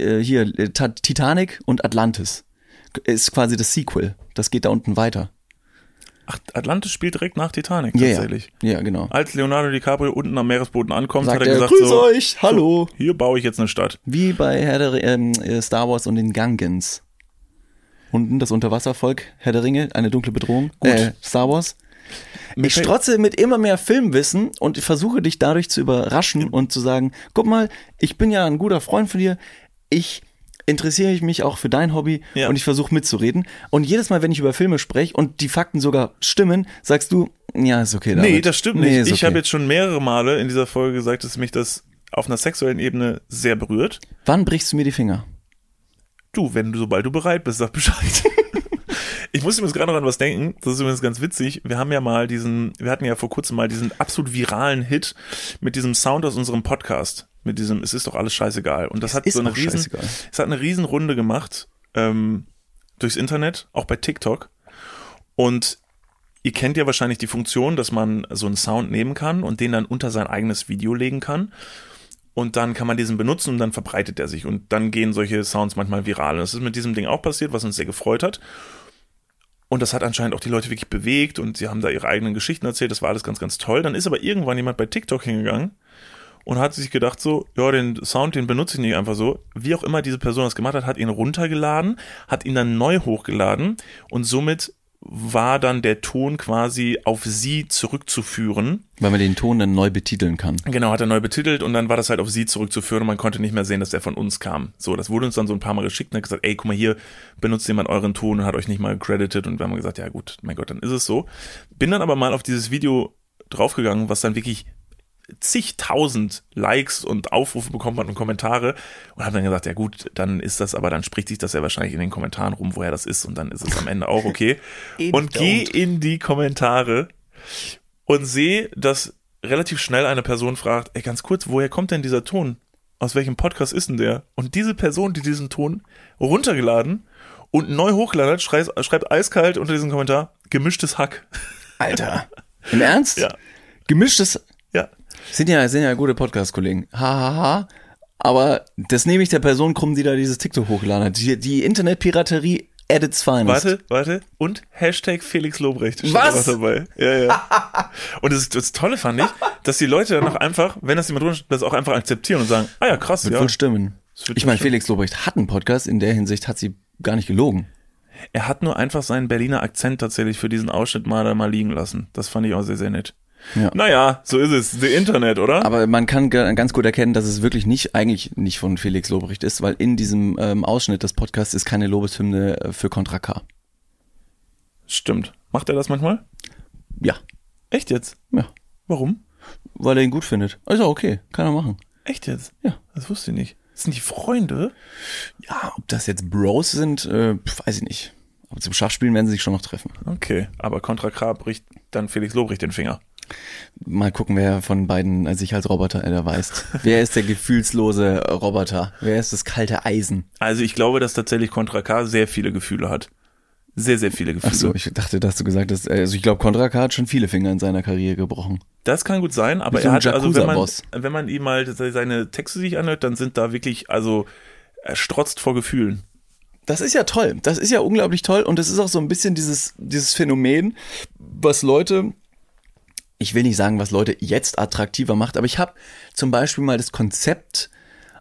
Titanic und Atlantis ist quasi das Sequel. Das geht da unten weiter. Ach, Atlantis spielt direkt nach Titanic tatsächlich. Ja, genau. Als Leonardo DiCaprio unten am Meeresboden ankommt, sagt hat er gesagt, grüß euch, hallo. So, hier baue ich jetzt eine Stadt. Wie bei Star Wars und den Gungans. Unten das Unterwasservolk, Herr der Ringe, eine dunkle Bedrohung. Gut. Star Wars. Ich strotze mit immer mehr Filmwissen und versuche dich dadurch zu überraschen und zu sagen, guck mal, ich bin ja ein guter Freund von dir, interessiere ich mich auch für dein Hobby und ich versuche mitzureden. Und jedes Mal, wenn ich über Filme spreche und die Fakten sogar stimmen, sagst du, ja, ist okay. David. Nee, das stimmt nicht. Okay. Ich habe jetzt schon mehrere Male in dieser Folge gesagt, dass mich das auf einer sexuellen Ebene sehr berührt. Wann brichst du mir die Finger? Du, sobald du bereit bist, sag Bescheid. Ich muss übrigens gerade noch an was denken, das ist übrigens ganz witzig. Wir hatten ja vor kurzem mal diesen absolut viralen Hit mit diesem Sound aus unserem Podcast. Mit diesem, es ist doch alles scheißegal. Und das hat so eine riesen Runde gemacht, durchs Internet, auch bei TikTok. Und ihr kennt ja wahrscheinlich die Funktion, dass man so einen Sound nehmen kann und den dann unter sein eigenes Video legen kann. Und dann kann man diesen benutzen und dann verbreitet er sich. Und dann gehen solche Sounds manchmal viral. Und das ist mit diesem Ding auch passiert, was uns sehr gefreut hat. Und das hat anscheinend auch die Leute wirklich bewegt und sie haben da ihre eigenen Geschichten erzählt. Das war alles ganz, ganz toll. Dann ist aber irgendwann jemand bei TikTok hingegangen und hat sich gedacht so, ja, den Sound, den benutze ich nicht einfach so. Wie auch immer diese Person das gemacht hat ihn runtergeladen, hat ihn dann neu hochgeladen und somit war dann der Ton quasi auf sie zurückzuführen. Weil man den Ton dann neu betiteln kann. Genau, hat er neu betitelt und dann war das halt auf sie zurückzuführen und man konnte nicht mehr sehen, dass der von uns kam. So, das wurde uns dann so ein paar Mal geschickt und hat gesagt, ey, guck mal hier, benutzt jemand euren Ton und hat euch nicht mal credited und wir haben gesagt, ja gut, mein Gott, dann ist es so. Bin dann aber mal auf dieses Video draufgegangen, was dann wirklich zigtausend Likes und Aufrufe bekommen hat und Kommentare und habe dann gesagt, ja gut, dann ist das, aber dann spricht sich das ja wahrscheinlich in den Kommentaren rum, woher das ist und dann ist es am Ende auch okay. Und gehe in die Kommentare und sehe, dass relativ schnell eine Person fragt, ey, ganz kurz, woher kommt denn dieser Ton? Aus welchem Podcast ist denn der? Und diese Person, die diesen Ton runtergeladen und neu hochgeladen hat, schreibt eiskalt unter diesem Kommentar, gemischtes Hack. Alter. Im Ernst? Ja. Gemischtes? Ja. Sind ja gute Podcast-Kollegen. Hahaha. Aber das nehme ich der Person krumm, die da dieses TikTok hochgeladen hat. Die Internetpiraterie at its finest. Warte. Und Hashtag Felix Lobrecht. Steht Was? auch dabei. Ja. Und das Tolle fand ich, dass die Leute dann auch einfach, wenn das jemand drunter, das auch einfach akzeptieren und sagen, ah ja, krass, Wird ja. wohl stimmen. Ich meine, Felix Lobrecht hat einen Podcast, in der Hinsicht hat sie gar nicht gelogen. Er hat nur einfach seinen Berliner Akzent tatsächlich für diesen Ausschnitt mal liegen lassen. Das fand ich auch sehr, sehr nett. Ja. Naja, so ist es. The Internet, oder? Aber man kann ganz gut erkennen, dass es wirklich eigentlich nicht von Felix Lobrecht ist, weil in diesem Ausschnitt des Podcasts ist keine Lobeshymne für Contra K. Stimmt. Macht er das manchmal? Ja. Echt jetzt? Ja. Warum? Weil er ihn gut findet. Also okay, kann er machen. Echt jetzt? Ja. Das wusste ich nicht. Das sind die Freunde? Ja, ob das jetzt Bros sind, weiß ich nicht. Aber zum Schachspielen werden sie sich schon noch treffen. Okay, aber Contra K bricht dann Felix Lobrecht den Finger. Mal gucken, wer von beiden sich als Roboter erweist. Wer ist der gefühlslose Roboter? Wer ist das kalte Eisen? Also ich glaube, dass tatsächlich Contra K sehr viele Gefühle hat. Sehr, sehr viele Gefühle. Ach so, ich dachte, dass du gesagt hast, also ich glaube, Contra K hat schon viele Finger in seiner Karriere gebrochen. Das kann gut sein, aber Wie so er ein hat, also Yakuza-Boss. wenn man ihm mal seine Texte sich anhört, dann sind da wirklich, also er strotzt vor Gefühlen. Das ist ja toll. Das ist ja unglaublich toll und das ist auch so ein bisschen dieses Phänomen, was Leute, ich will nicht sagen, was Leute jetzt attraktiver macht, aber ich habe zum Beispiel mal das Konzept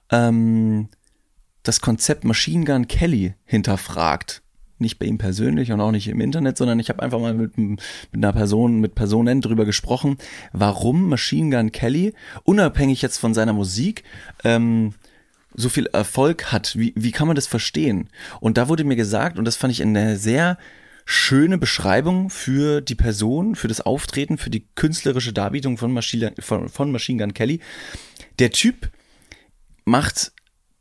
Machine Gun Kelly hinterfragt. Nicht bei ihm persönlich und auch nicht im Internet, sondern ich habe einfach mal mit Personen drüber gesprochen, warum Machine Gun Kelly, unabhängig jetzt von seiner Musik, so viel Erfolg hat. Wie kann man das verstehen? Und da wurde mir gesagt, und das fand ich eine sehr schöne Beschreibung für die Person, für das Auftreten, für die künstlerische Darbietung von Machine Gun Kelly. Der Typ macht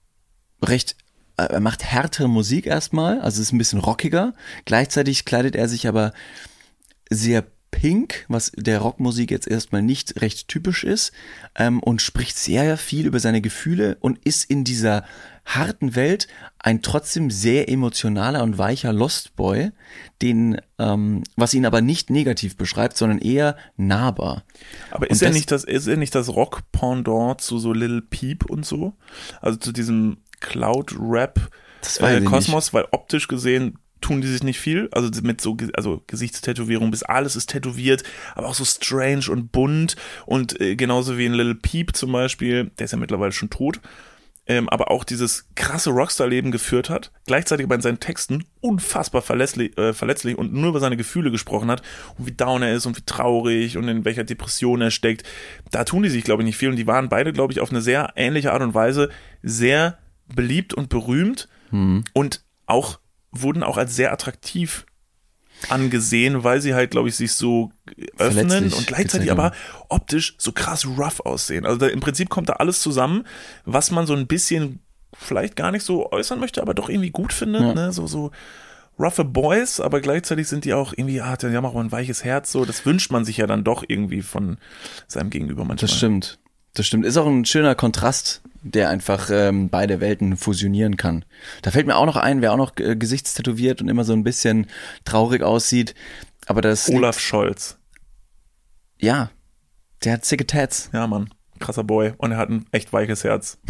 härtere Musik erstmal, also ist ein bisschen rockiger. Gleichzeitig kleidet er sich aber sehr pink, was der Rockmusik jetzt erstmal nicht recht typisch ist, und spricht sehr viel über seine Gefühle und ist in dieser harten Welt ein trotzdem sehr emotionaler und weicher Lost Boy, was ihn aber nicht negativ beschreibt, sondern eher nahbar. Aber ist er nicht das Rock-Pendant zu so Lil Peep und so? Also zu diesem Cloud-Rap-Kosmos, weil optisch gesehen tun die sich nicht viel, also mit also Gesichtstätowierung, bis alles ist tätowiert, aber auch so strange und bunt und genauso wie in Lil Peep zum Beispiel, der ist ja mittlerweile schon tot, aber auch dieses krasse Rockstar-Leben geführt hat, gleichzeitig aber in seinen Texten unfassbar verletzlich und nur über seine Gefühle gesprochen hat und wie down er ist und wie traurig und in welcher Depression er steckt. Da tun die sich, glaube ich, nicht viel und die waren beide, glaube ich, auf eine sehr ähnliche Art und Weise sehr beliebt und berühmt und wurden auch als sehr attraktiv angesehen, weil sie halt, glaube ich, sich so öffnen und gleichzeitig aber optisch so krass rough aussehen. Also im Prinzip kommt da alles zusammen, was man so ein bisschen vielleicht gar nicht so äußern möchte, aber doch irgendwie gut findet, ja. Ne? So roughe Boys, aber gleichzeitig sind die auch irgendwie, die haben auch ein weiches Herz, so, das wünscht man sich ja dann doch irgendwie von seinem Gegenüber manchmal. Das stimmt. Ist auch ein schöner Kontrast, der einfach beide Welten fusionieren kann. Da fällt mir auch noch ein, wer auch noch gesichtstätowiert und immer so ein bisschen traurig aussieht. Aber das Olaf Scholz. Ja, der hat zicke Tats. Ja, Mann. Krasser Boy. Und er hat ein echt weiches Herz.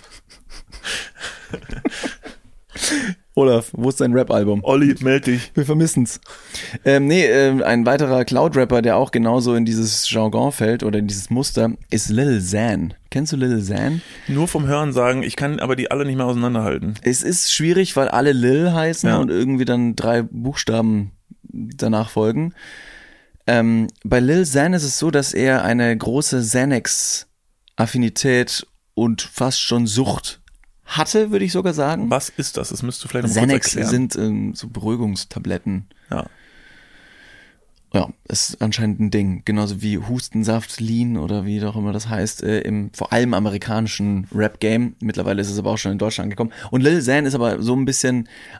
Olaf, wo ist dein Rap-Album? Olli, meld dich. Wir vermissen's. Ein weiterer Cloud-Rapper, der auch genauso in dieses Jargon fällt oder in dieses Muster, ist Lil Xan. Kennst du Lil Xan? Nur vom Hören sagen, ich kann aber die alle nicht mehr auseinanderhalten. Es ist schwierig, weil alle Lil heißen und irgendwie dann 3 Buchstaben danach folgen. Bei Lil Xan ist es so, dass er eine große Xanax-Affinität und fast schon Sucht hatte, würde ich sogar sagen. Was ist das? Das müsst du vielleicht noch Xanax kurz erklären. sind so Beruhigungstabletten. Ja. Ja, ist anscheinend ein Ding. Genauso wie Hustensaft, Lean oder wie auch immer das heißt, im vor allem amerikanischen Rap-Game. Mittlerweile ist es aber auch schon in Deutschland angekommen. Und Lil Xan ist aber so ein bisschen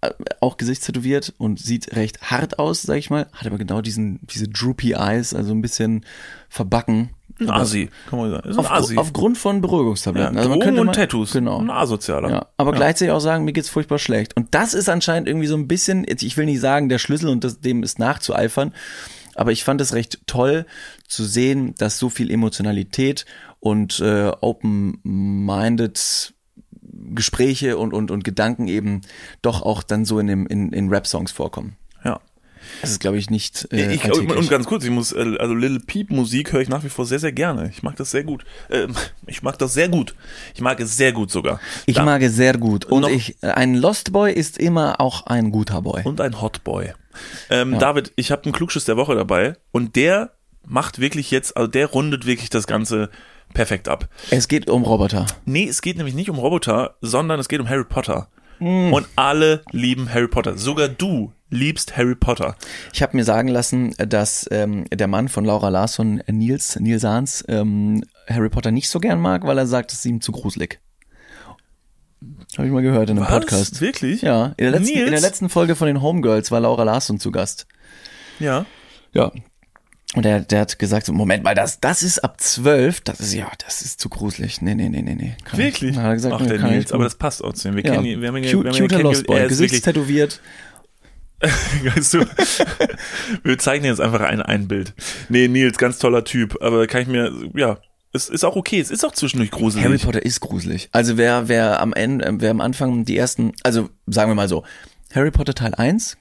auch gesichtstätowiert und sieht recht hart aus, sag ich mal, hat aber genau diese droopy Eyes, also ein bisschen verbacken. Ein Asi, kann man sagen. Ist ein Asi. Aufgrund von Beruhigungstabletten. Ja, also man Drogen könnte und mal, Tattoos. Genau. Ein Asozialer. Ja, aber gleichzeitig auch sagen, mir geht's furchtbar schlecht. Und das ist anscheinend irgendwie so ein bisschen, ich will nicht sagen, der Schlüssel und dem ist nachzueifern, aber ich fand es recht toll zu sehen, dass so viel Emotionalität und open-minded Gespräche und Gedanken eben doch auch dann so in Rap-Songs vorkommen. Ja. Das ist, glaube ich, nicht und ganz kurz, also Lil Peep Musik höre ich nach wie vor sehr, sehr gerne. Ich mag das sehr gut. Ich mag es sehr gut sogar. Ich mag es sehr gut. Und ein Lost Boy ist immer auch ein guter Boy. Und ein Hot Boy. David, ich habe einen Klugschiss der Woche dabei und der macht wirklich jetzt, also der rundet wirklich das Ganze perfekt ab. Es geht um Roboter. Nee, es geht nämlich nicht um Roboter, sondern es geht um Harry Potter. Und alle lieben Harry Potter. Sogar du liebst Harry Potter. Ich habe mir sagen lassen, dass der Mann von Laura Larsson, Nils Sahns, Harry Potter nicht so gern mag, weil er sagt, es ist ihm zu gruselig. Habe ich mal gehört in einem Podcast. Wirklich? Ja, in der letzten Folge von den Homegirls war Laura Larsson zu Gast. Ja. Ja. Und der hat gesagt, so, Moment mal, das ist ab 12, das ist zu gruselig. Nee. Wirklich? Hat er gesagt, ach, der Nils, aber das passt auch zu ihm. Wir kennen ihn, wir haben ihn cuter Lost Boy, gesichtstätowiert. Weißt du, wir zeigen jetzt einfach ein Bild. Nee, Nils, ganz toller Typ, aber kann ich mir, ja, es ist auch okay, es ist auch zwischendurch gruselig. Harry Potter ist gruselig. Also wer am Anfang die ersten, also sagen wir mal so, Harry Potter Teil 1,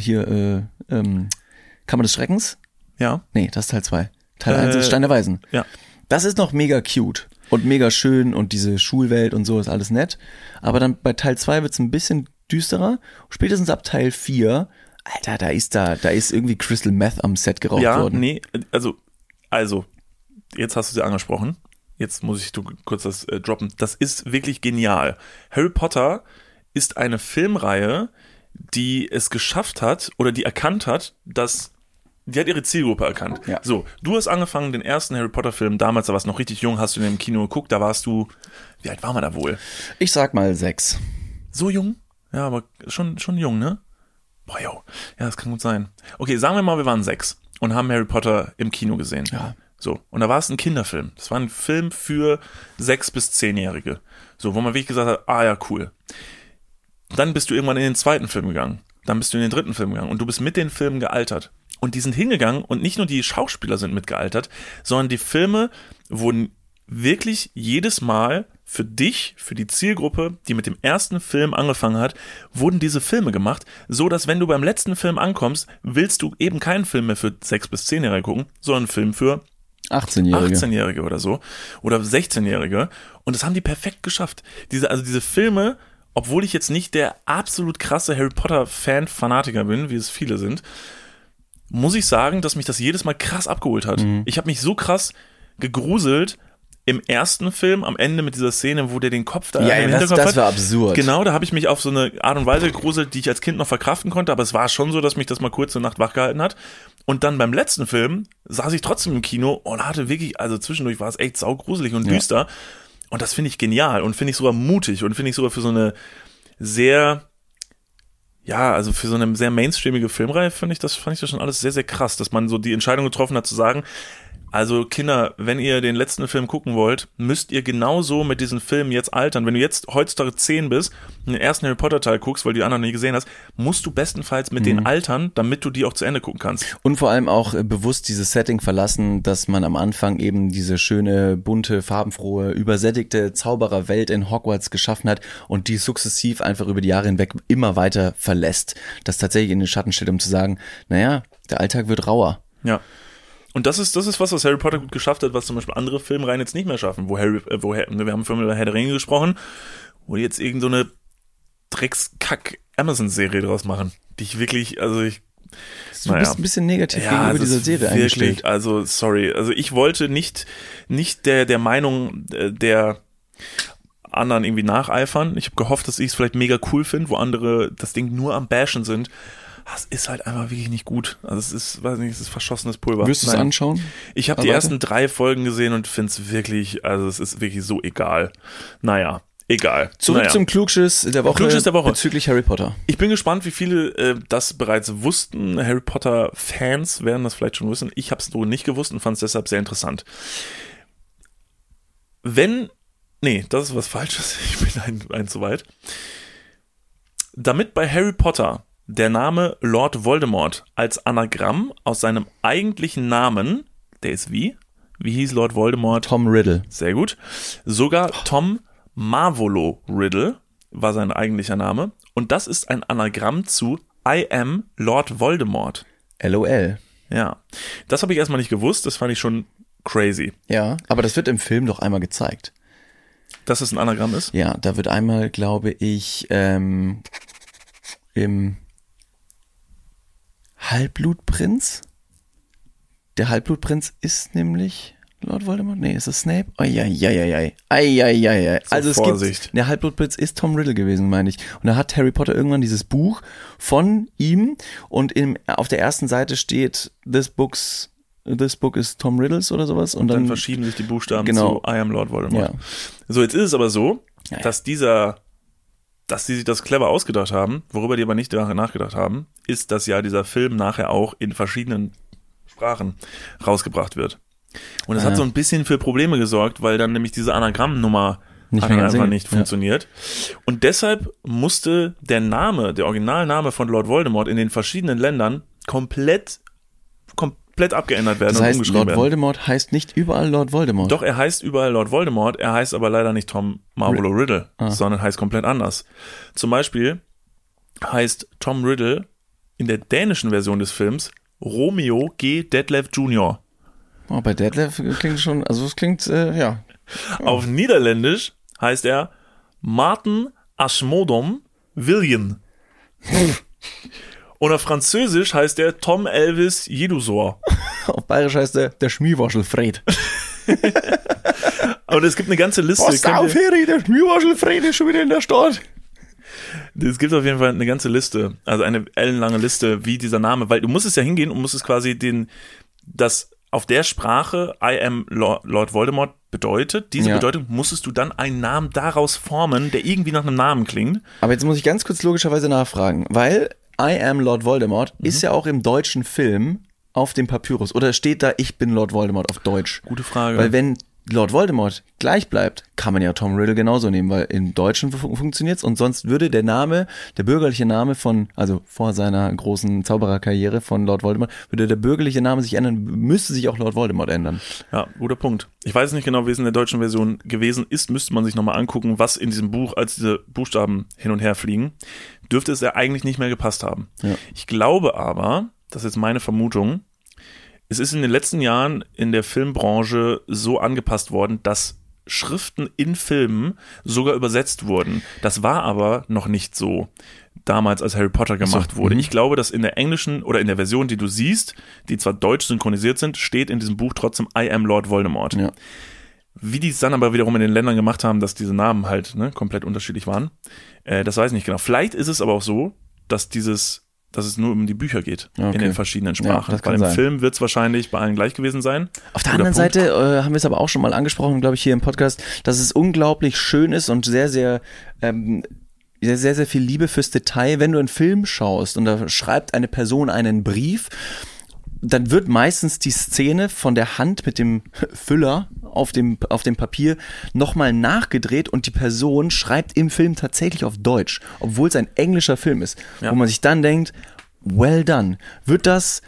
Kammer des Schreckens. Ja. Nee, das ist Teil 2. Teil 1 ist Stein der Weisen. Ja. Das ist noch mega cute und mega schön und diese Schulwelt und so ist alles nett. Aber dann bei Teil 2 wird's ein bisschen düsterer. Spätestens ab Teil 4, Alter, da ist irgendwie Crystal Meth am Set geraucht worden. Nee, also, jetzt hast du sie angesprochen. Jetzt muss ich kurz das droppen. Das ist wirklich genial. Harry Potter ist eine Filmreihe, die es geschafft hat oder die erkannt hat, dass die hat ihre Zielgruppe erkannt. Ja. So, du hast angefangen, den ersten Harry Potter Film, damals, da warst du noch richtig jung, hast du den im Kino geguckt, da warst du, wie alt war man da wohl? Ich sag mal 6. So jung? Ja, aber schon jung, ne? Boah, jo. Ja, das kann gut sein. Okay, sagen wir mal, wir waren 6 und haben Harry Potter im Kino gesehen. Ja. So, und da war es ein Kinderfilm. Das war ein Film für 6- bis 10-Jährige. So, wo man wirklich gesagt hat, ja, cool. Dann bist du irgendwann in den zweiten Film gegangen. Dann bist du in den dritten Film gegangen und du bist mit den Filmen gealtert. Und die sind hingegangen und nicht nur die Schauspieler sind mitgealtert, sondern die Filme wurden wirklich jedes Mal für dich, für die Zielgruppe, die mit dem ersten Film angefangen hat, wurden diese Filme gemacht, so dass wenn du beim letzten Film ankommst, willst du eben keinen Film mehr für 6- bis 10-Jährige gucken, sondern einen Film für 18-Jährige oder so oder 16-Jährige. Und das haben die perfekt geschafft. Diese Filme, obwohl ich jetzt nicht der absolut krasse Harry Potter Fanatiker bin, wie es viele sind, muss ich sagen, dass mich das jedes Mal krass abgeholt hat. Ich habe mich so krass gegruselt im ersten Film, am Ende mit dieser Szene, wo der den Kopf da im Hinterkopf hat. Das war absurd. Genau, da habe ich mich auf so eine Art und Weise gegruselt, die ich als Kind noch verkraften konnte, aber es war schon so, dass mich das mal kurz eine Nacht wach gehalten hat. Und dann beim letzten Film saß ich trotzdem im Kino und hatte wirklich, also zwischendurch war es echt saugruselig und düster. Und das finde ich genial und finde ich sogar mutig und finde ich sogar für so eine sehr, ja, also für so eine sehr mainstreamige Filmreihe fand ich das schon alles sehr, sehr krass, dass man so die Entscheidung getroffen hat zu sagen, also Kinder, wenn ihr den letzten Film gucken wollt, müsst ihr genauso mit diesen Filmen jetzt altern. Wenn du jetzt heutzutage 10 bist und den ersten Harry Potter Teil guckst, weil du die anderen nie gesehen hast, musst du bestenfalls mit denen altern, damit du die auch zu Ende gucken kannst. Und vor allem auch bewusst dieses Setting verlassen, dass man am Anfang eben diese schöne, bunte, farbenfrohe, übersättigte Zaubererwelt in Hogwarts geschaffen hat und die sukzessiv einfach über die Jahre hinweg immer weiter verlässt. Das tatsächlich in den Schatten stellt, um zu sagen, naja, der Alltag wird rauer. Ja. Und das ist was Harry Potter gut geschafft hat, was zum Beispiel andere Filmreihen jetzt nicht mehr schaffen. Wir haben vorhin über Herr der Ringe gesprochen, wo die jetzt irgend so eine Dreckskack-Amazon-Serie draus machen, die ich wirklich, also ich... Du bist ein bisschen negativ gegenüber dieser Serie eingestellt. Also, sorry, also ich wollte nicht der Meinung der anderen irgendwie nacheifern. Ich habe gehofft, dass ich es vielleicht mega cool finde, wo andere das Ding nur am Bashen sind. Das ist halt einfach wirklich nicht gut. Also es ist, weiß nicht, es ist verschossenes Pulver. Wirst du es anschauen? Ich habe die ersten 3 Folgen gesehen und finde es wirklich, also es ist wirklich so egal. Naja, Egal. Zurück zum Klugschiss der Woche bezüglich Harry Potter. Ich bin gespannt, wie viele das bereits wussten. Harry Potter-Fans werden das vielleicht schon wissen. Ich habe es so nicht gewusst und fand es deshalb sehr interessant. Das ist was Falsches. Ich bin ein zu weit. Damit bei Harry Potter der Name Lord Voldemort als Anagramm aus seinem eigentlichen Namen, der ist wie? Wie hieß Lord Voldemort? Tom Riddle. Sehr gut. Sogar Tom Marvolo Riddle war sein eigentlicher Name. Und das ist ein Anagramm zu I am Lord Voldemort. LOL. Ja. Das habe ich erstmal nicht gewusst. Das fand ich schon crazy. Ja, aber das wird im Film doch einmal gezeigt. Dass es ein Anagramm ist? Ja, da wird einmal, glaube ich, im Halbblutprinz. Der Halbblutprinz ist nämlich Lord Voldemort? Nee, ist es Snape? Eieieiei. Also Vorsicht. Es gibt, der Halbblutprinz ist Tom Riddle gewesen, meine ich. Und da hat Harry Potter irgendwann dieses Buch von ihm und auf der ersten Seite steht This book is Tom Riddles oder sowas. Und dann verschieben sich die Buchstaben genau. zu I am Lord Voldemort. Ja. So, jetzt ist es aber so, dass sie sich das clever ausgedacht haben, worüber die aber nicht nachgedacht haben, ist, dass ja dieser Film nachher auch in verschiedenen Sprachen rausgebracht wird. Und es hat so ein bisschen für Probleme gesorgt, weil dann nämlich diese Anagrammnummer einfach nicht funktioniert. Und deshalb musste der Originalname von Lord Voldemort in den verschiedenen Ländern komplett abgeändert werden. Das heißt, Lord Voldemort heißt nicht überall Lord Voldemort. Doch, er heißt überall Lord Voldemort, er heißt aber leider nicht Tom Marvolo Riddle, sondern heißt komplett anders. Zum Beispiel heißt Tom Riddle in der dänischen Version des Films Romeo G. Detlef Jr. Oh, bei Detlef klingt schon, also es klingt, ja. Auf Niederländisch heißt er Martin Ashmodom William. Und auf Französisch heißt er Tom Elvis Jedusor. Auf Bayerisch heißt er der Schmierwaschelfred. Und es gibt eine ganze Liste. Was auf, Harry, der Schmierwaschelfred ist schon wieder in der Stadt. Es gibt auf jeden Fall eine ganze Liste, also eine ellenlange Liste, wie dieser Name, weil du musst es ja hingehen und musst es quasi das auf der Sprache I am Lord Voldemort bedeutet, diese Bedeutung musstest du dann einen Namen daraus formen, der irgendwie nach einem Namen klingt. Aber jetzt muss ich ganz kurz logischerweise nachfragen, weil I am Lord Voldemort ist ja auch im deutschen Film auf dem Papyrus. Oder steht da, ich bin Lord Voldemort auf Deutsch? Gute Frage. Weil wenn Lord Voldemort gleich bleibt, kann man ja Tom Riddle genauso nehmen, weil im Deutschen funktioniert's und sonst würde der bürgerliche Name also vor seiner großen Zaubererkarriere von Lord Voldemort, würde der bürgerliche Name sich ändern, müsste sich auch Lord Voldemort ändern. Ja, guter Punkt. Ich weiß nicht genau, wie es in der deutschen Version gewesen ist, müsste man sich nochmal angucken, was in diesem Buch, als diese Buchstaben hin und her fliegen, dürfte es ja eigentlich nicht mehr gepasst haben. Ja. Ich glaube aber, das ist jetzt meine Vermutung, es ist in den letzten Jahren in der Filmbranche so angepasst worden, dass Schriften in Filmen sogar übersetzt wurden. Das war aber noch nicht so damals, als Harry Potter gemacht wurde. Ich glaube, dass in der englischen oder in der Version, die du siehst, die zwar deutsch synchronisiert sind, steht in diesem Buch trotzdem I am Lord Voldemort. Ja. Wie die es dann aber wiederum in den Ländern gemacht haben, dass diese Namen halt komplett unterschiedlich waren, das weiß ich nicht genau. Vielleicht ist es aber auch so, dass es nur um die Bücher geht, in den verschiedenen Sprachen. Ja, weil im Film wird es wahrscheinlich bei allen gleich gewesen sein. Auf der anderen Seite haben wir es aber auch schon mal angesprochen, glaube ich, hier im Podcast, dass es unglaublich schön ist und sehr, sehr, sehr, sehr viel Liebe fürs Detail. Wenn du einen Film schaust und da schreibt eine Person einen Brief, dann wird meistens die Szene von der Hand mit dem Füller auf dem Papier nochmal nachgedreht und die Person schreibt im Film tatsächlich auf Deutsch, obwohl es ein englischer Film ist. Ja. Wo man sich dann denkt, well done. Wird das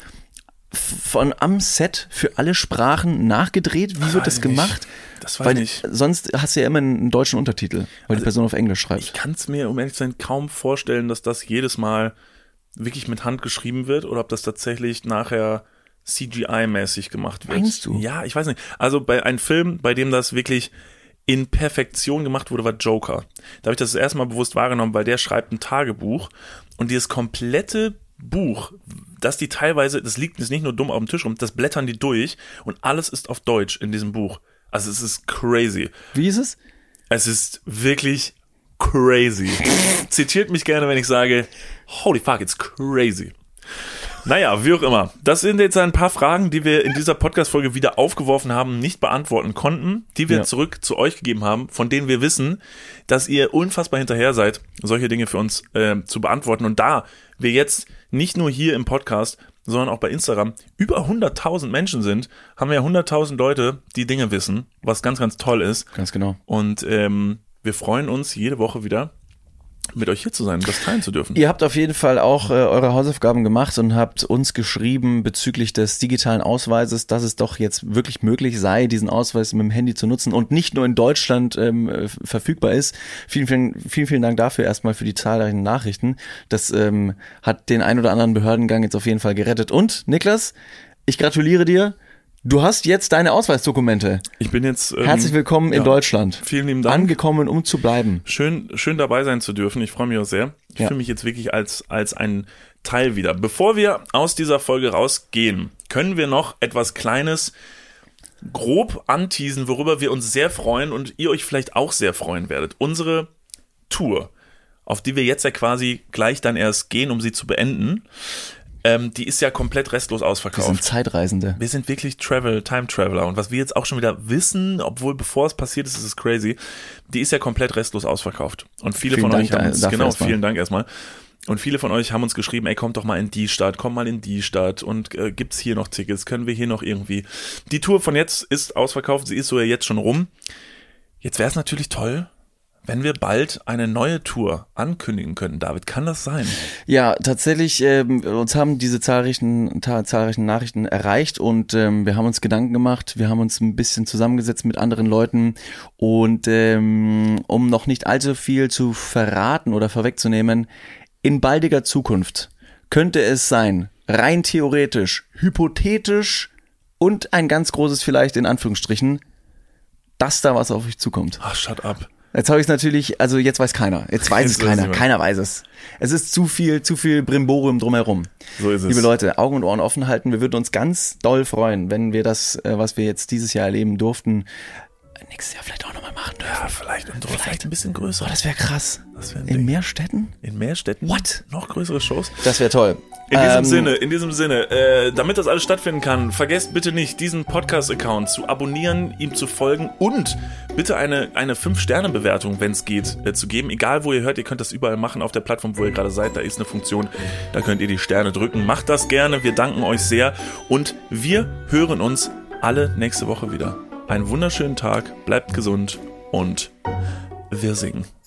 am Set für alle Sprachen nachgedreht? Wie wird das gemacht? Das weiß ich nicht. Sonst hast du ja immer einen deutschen Untertitel, weil die Person auf Englisch schreibt. Ich kann es mir, um ehrlich zu sein, kaum vorstellen, dass das jedes Mal wirklich mit Hand geschrieben wird oder ob das tatsächlich nachher CGI-mäßig gemacht wird. Meinst du? Ja, ich weiß nicht. Also bei einem Film, bei dem das wirklich in Perfektion gemacht wurde, war Joker. Da habe ich das erste Mal bewusst wahrgenommen, weil der schreibt ein Tagebuch und dieses komplette Buch, das liegt nicht nur dumm auf dem Tisch rum, das blättern die durch und alles ist auf Deutsch in diesem Buch. Also es ist crazy. Wie ist es? Es ist wirklich crazy. Zitiert mich gerne, wenn ich sage, holy fuck, it's crazy. Naja, wie auch immer. Das sind jetzt ein paar Fragen, die wir in dieser Podcast-Folge wieder aufgeworfen haben, nicht beantworten konnten, die wir zurück zu euch gegeben haben, von denen wir wissen, dass ihr unfassbar hinterher seid, solche Dinge für uns zu beantworten. Und da wir jetzt nicht nur hier im Podcast, sondern auch bei Instagram über 100.000 Menschen sind, haben wir ja 100.000 Leute, die Dinge wissen, was ganz, ganz toll ist. Ganz genau. Und wir freuen uns jede Woche wieder, mit euch hier zu sein und das teilen zu dürfen. Ihr habt auf jeden Fall auch eure Hausaufgaben gemacht und habt uns geschrieben bezüglich des digitalen Ausweises, dass es doch jetzt wirklich möglich sei, diesen Ausweis mit dem Handy zu nutzen und nicht nur in Deutschland verfügbar ist. Vielen Dank dafür erstmal für die zahlreichen Nachrichten. Das hat den ein oder anderen Behördengang jetzt auf jeden Fall gerettet. Und Niklas, ich gratuliere dir. Du hast jetzt deine Ausweisdokumente. Ich bin jetzt herzlich willkommen in Deutschland. Vielen lieben Dank. Angekommen, um zu bleiben. Schön dabei sein zu dürfen. Ich freue mich auch sehr. Ich fühle mich jetzt wirklich als ein Teil wieder. Bevor wir aus dieser Folge rausgehen, können wir noch etwas Kleines grob anteasen, worüber wir uns sehr freuen und ihr euch vielleicht auch sehr freuen werdet. Unsere Tour, auf die wir jetzt ja quasi gleich dann erst gehen, um sie zu beenden, die ist ja komplett restlos ausverkauft. Wir sind Zeitreisende. Wir sind wirklich Time Traveler. Und was wir jetzt auch schon wieder wissen, obwohl bevor es passiert ist, ist es crazy, die ist ja komplett restlos ausverkauft. Und viele von euch haben uns, vielen Dank erstmal. Und viele von euch haben uns geschrieben, ey, kommt doch mal in die Stadt, komm mal in die Stadt und gibt's hier noch Tickets, können wir hier noch irgendwie. Die Tour von jetzt ist ausverkauft, sie ist so ja jetzt schon rum. Jetzt wäre es natürlich toll, wenn wir bald eine neue Tour ankündigen können. David, kann das sein? Ja, tatsächlich, uns haben diese zahlreichen Nachrichten erreicht und wir haben uns Gedanken gemacht, wir haben uns ein bisschen zusammengesetzt mit anderen Leuten und um noch nicht allzu viel zu verraten oder vorwegzunehmen, in baldiger Zukunft könnte es sein, rein theoretisch, hypothetisch und ein ganz großes vielleicht in Anführungsstrichen, dass da was auf euch zukommt. Ach, shut up. Jetzt habe ich es natürlich, also jetzt weiß keiner. Jetzt weiß es keiner. Keiner weiß es. Es ist zu viel Brimborium drumherum. So ist es. Liebe Leute, Augen und Ohren offen halten. Wir würden uns ganz doll freuen, wenn wir das, was wir jetzt dieses Jahr erleben durften, nächstes Jahr vielleicht auch nochmal machen dürfen. Ja, vielleicht ein bisschen größer. Oh, das wäre krass. Das wär in mehr Städten? In mehr Städten? What? Noch größere Shows? Das wäre toll. In diesem Sinne, damit das alles stattfinden kann, vergesst bitte nicht, diesen Podcast-Account zu abonnieren, ihm zu folgen und bitte eine 5-Sterne-Bewertung, wenn es geht, zu geben. Egal, wo ihr hört, ihr könnt das überall machen auf der Plattform, wo ihr gerade seid. Da ist eine Funktion, da könnt ihr die Sterne drücken. Macht das gerne, wir danken euch sehr und wir hören uns alle nächste Woche wieder. Einen wunderschönen Tag, bleibt gesund und wir singen.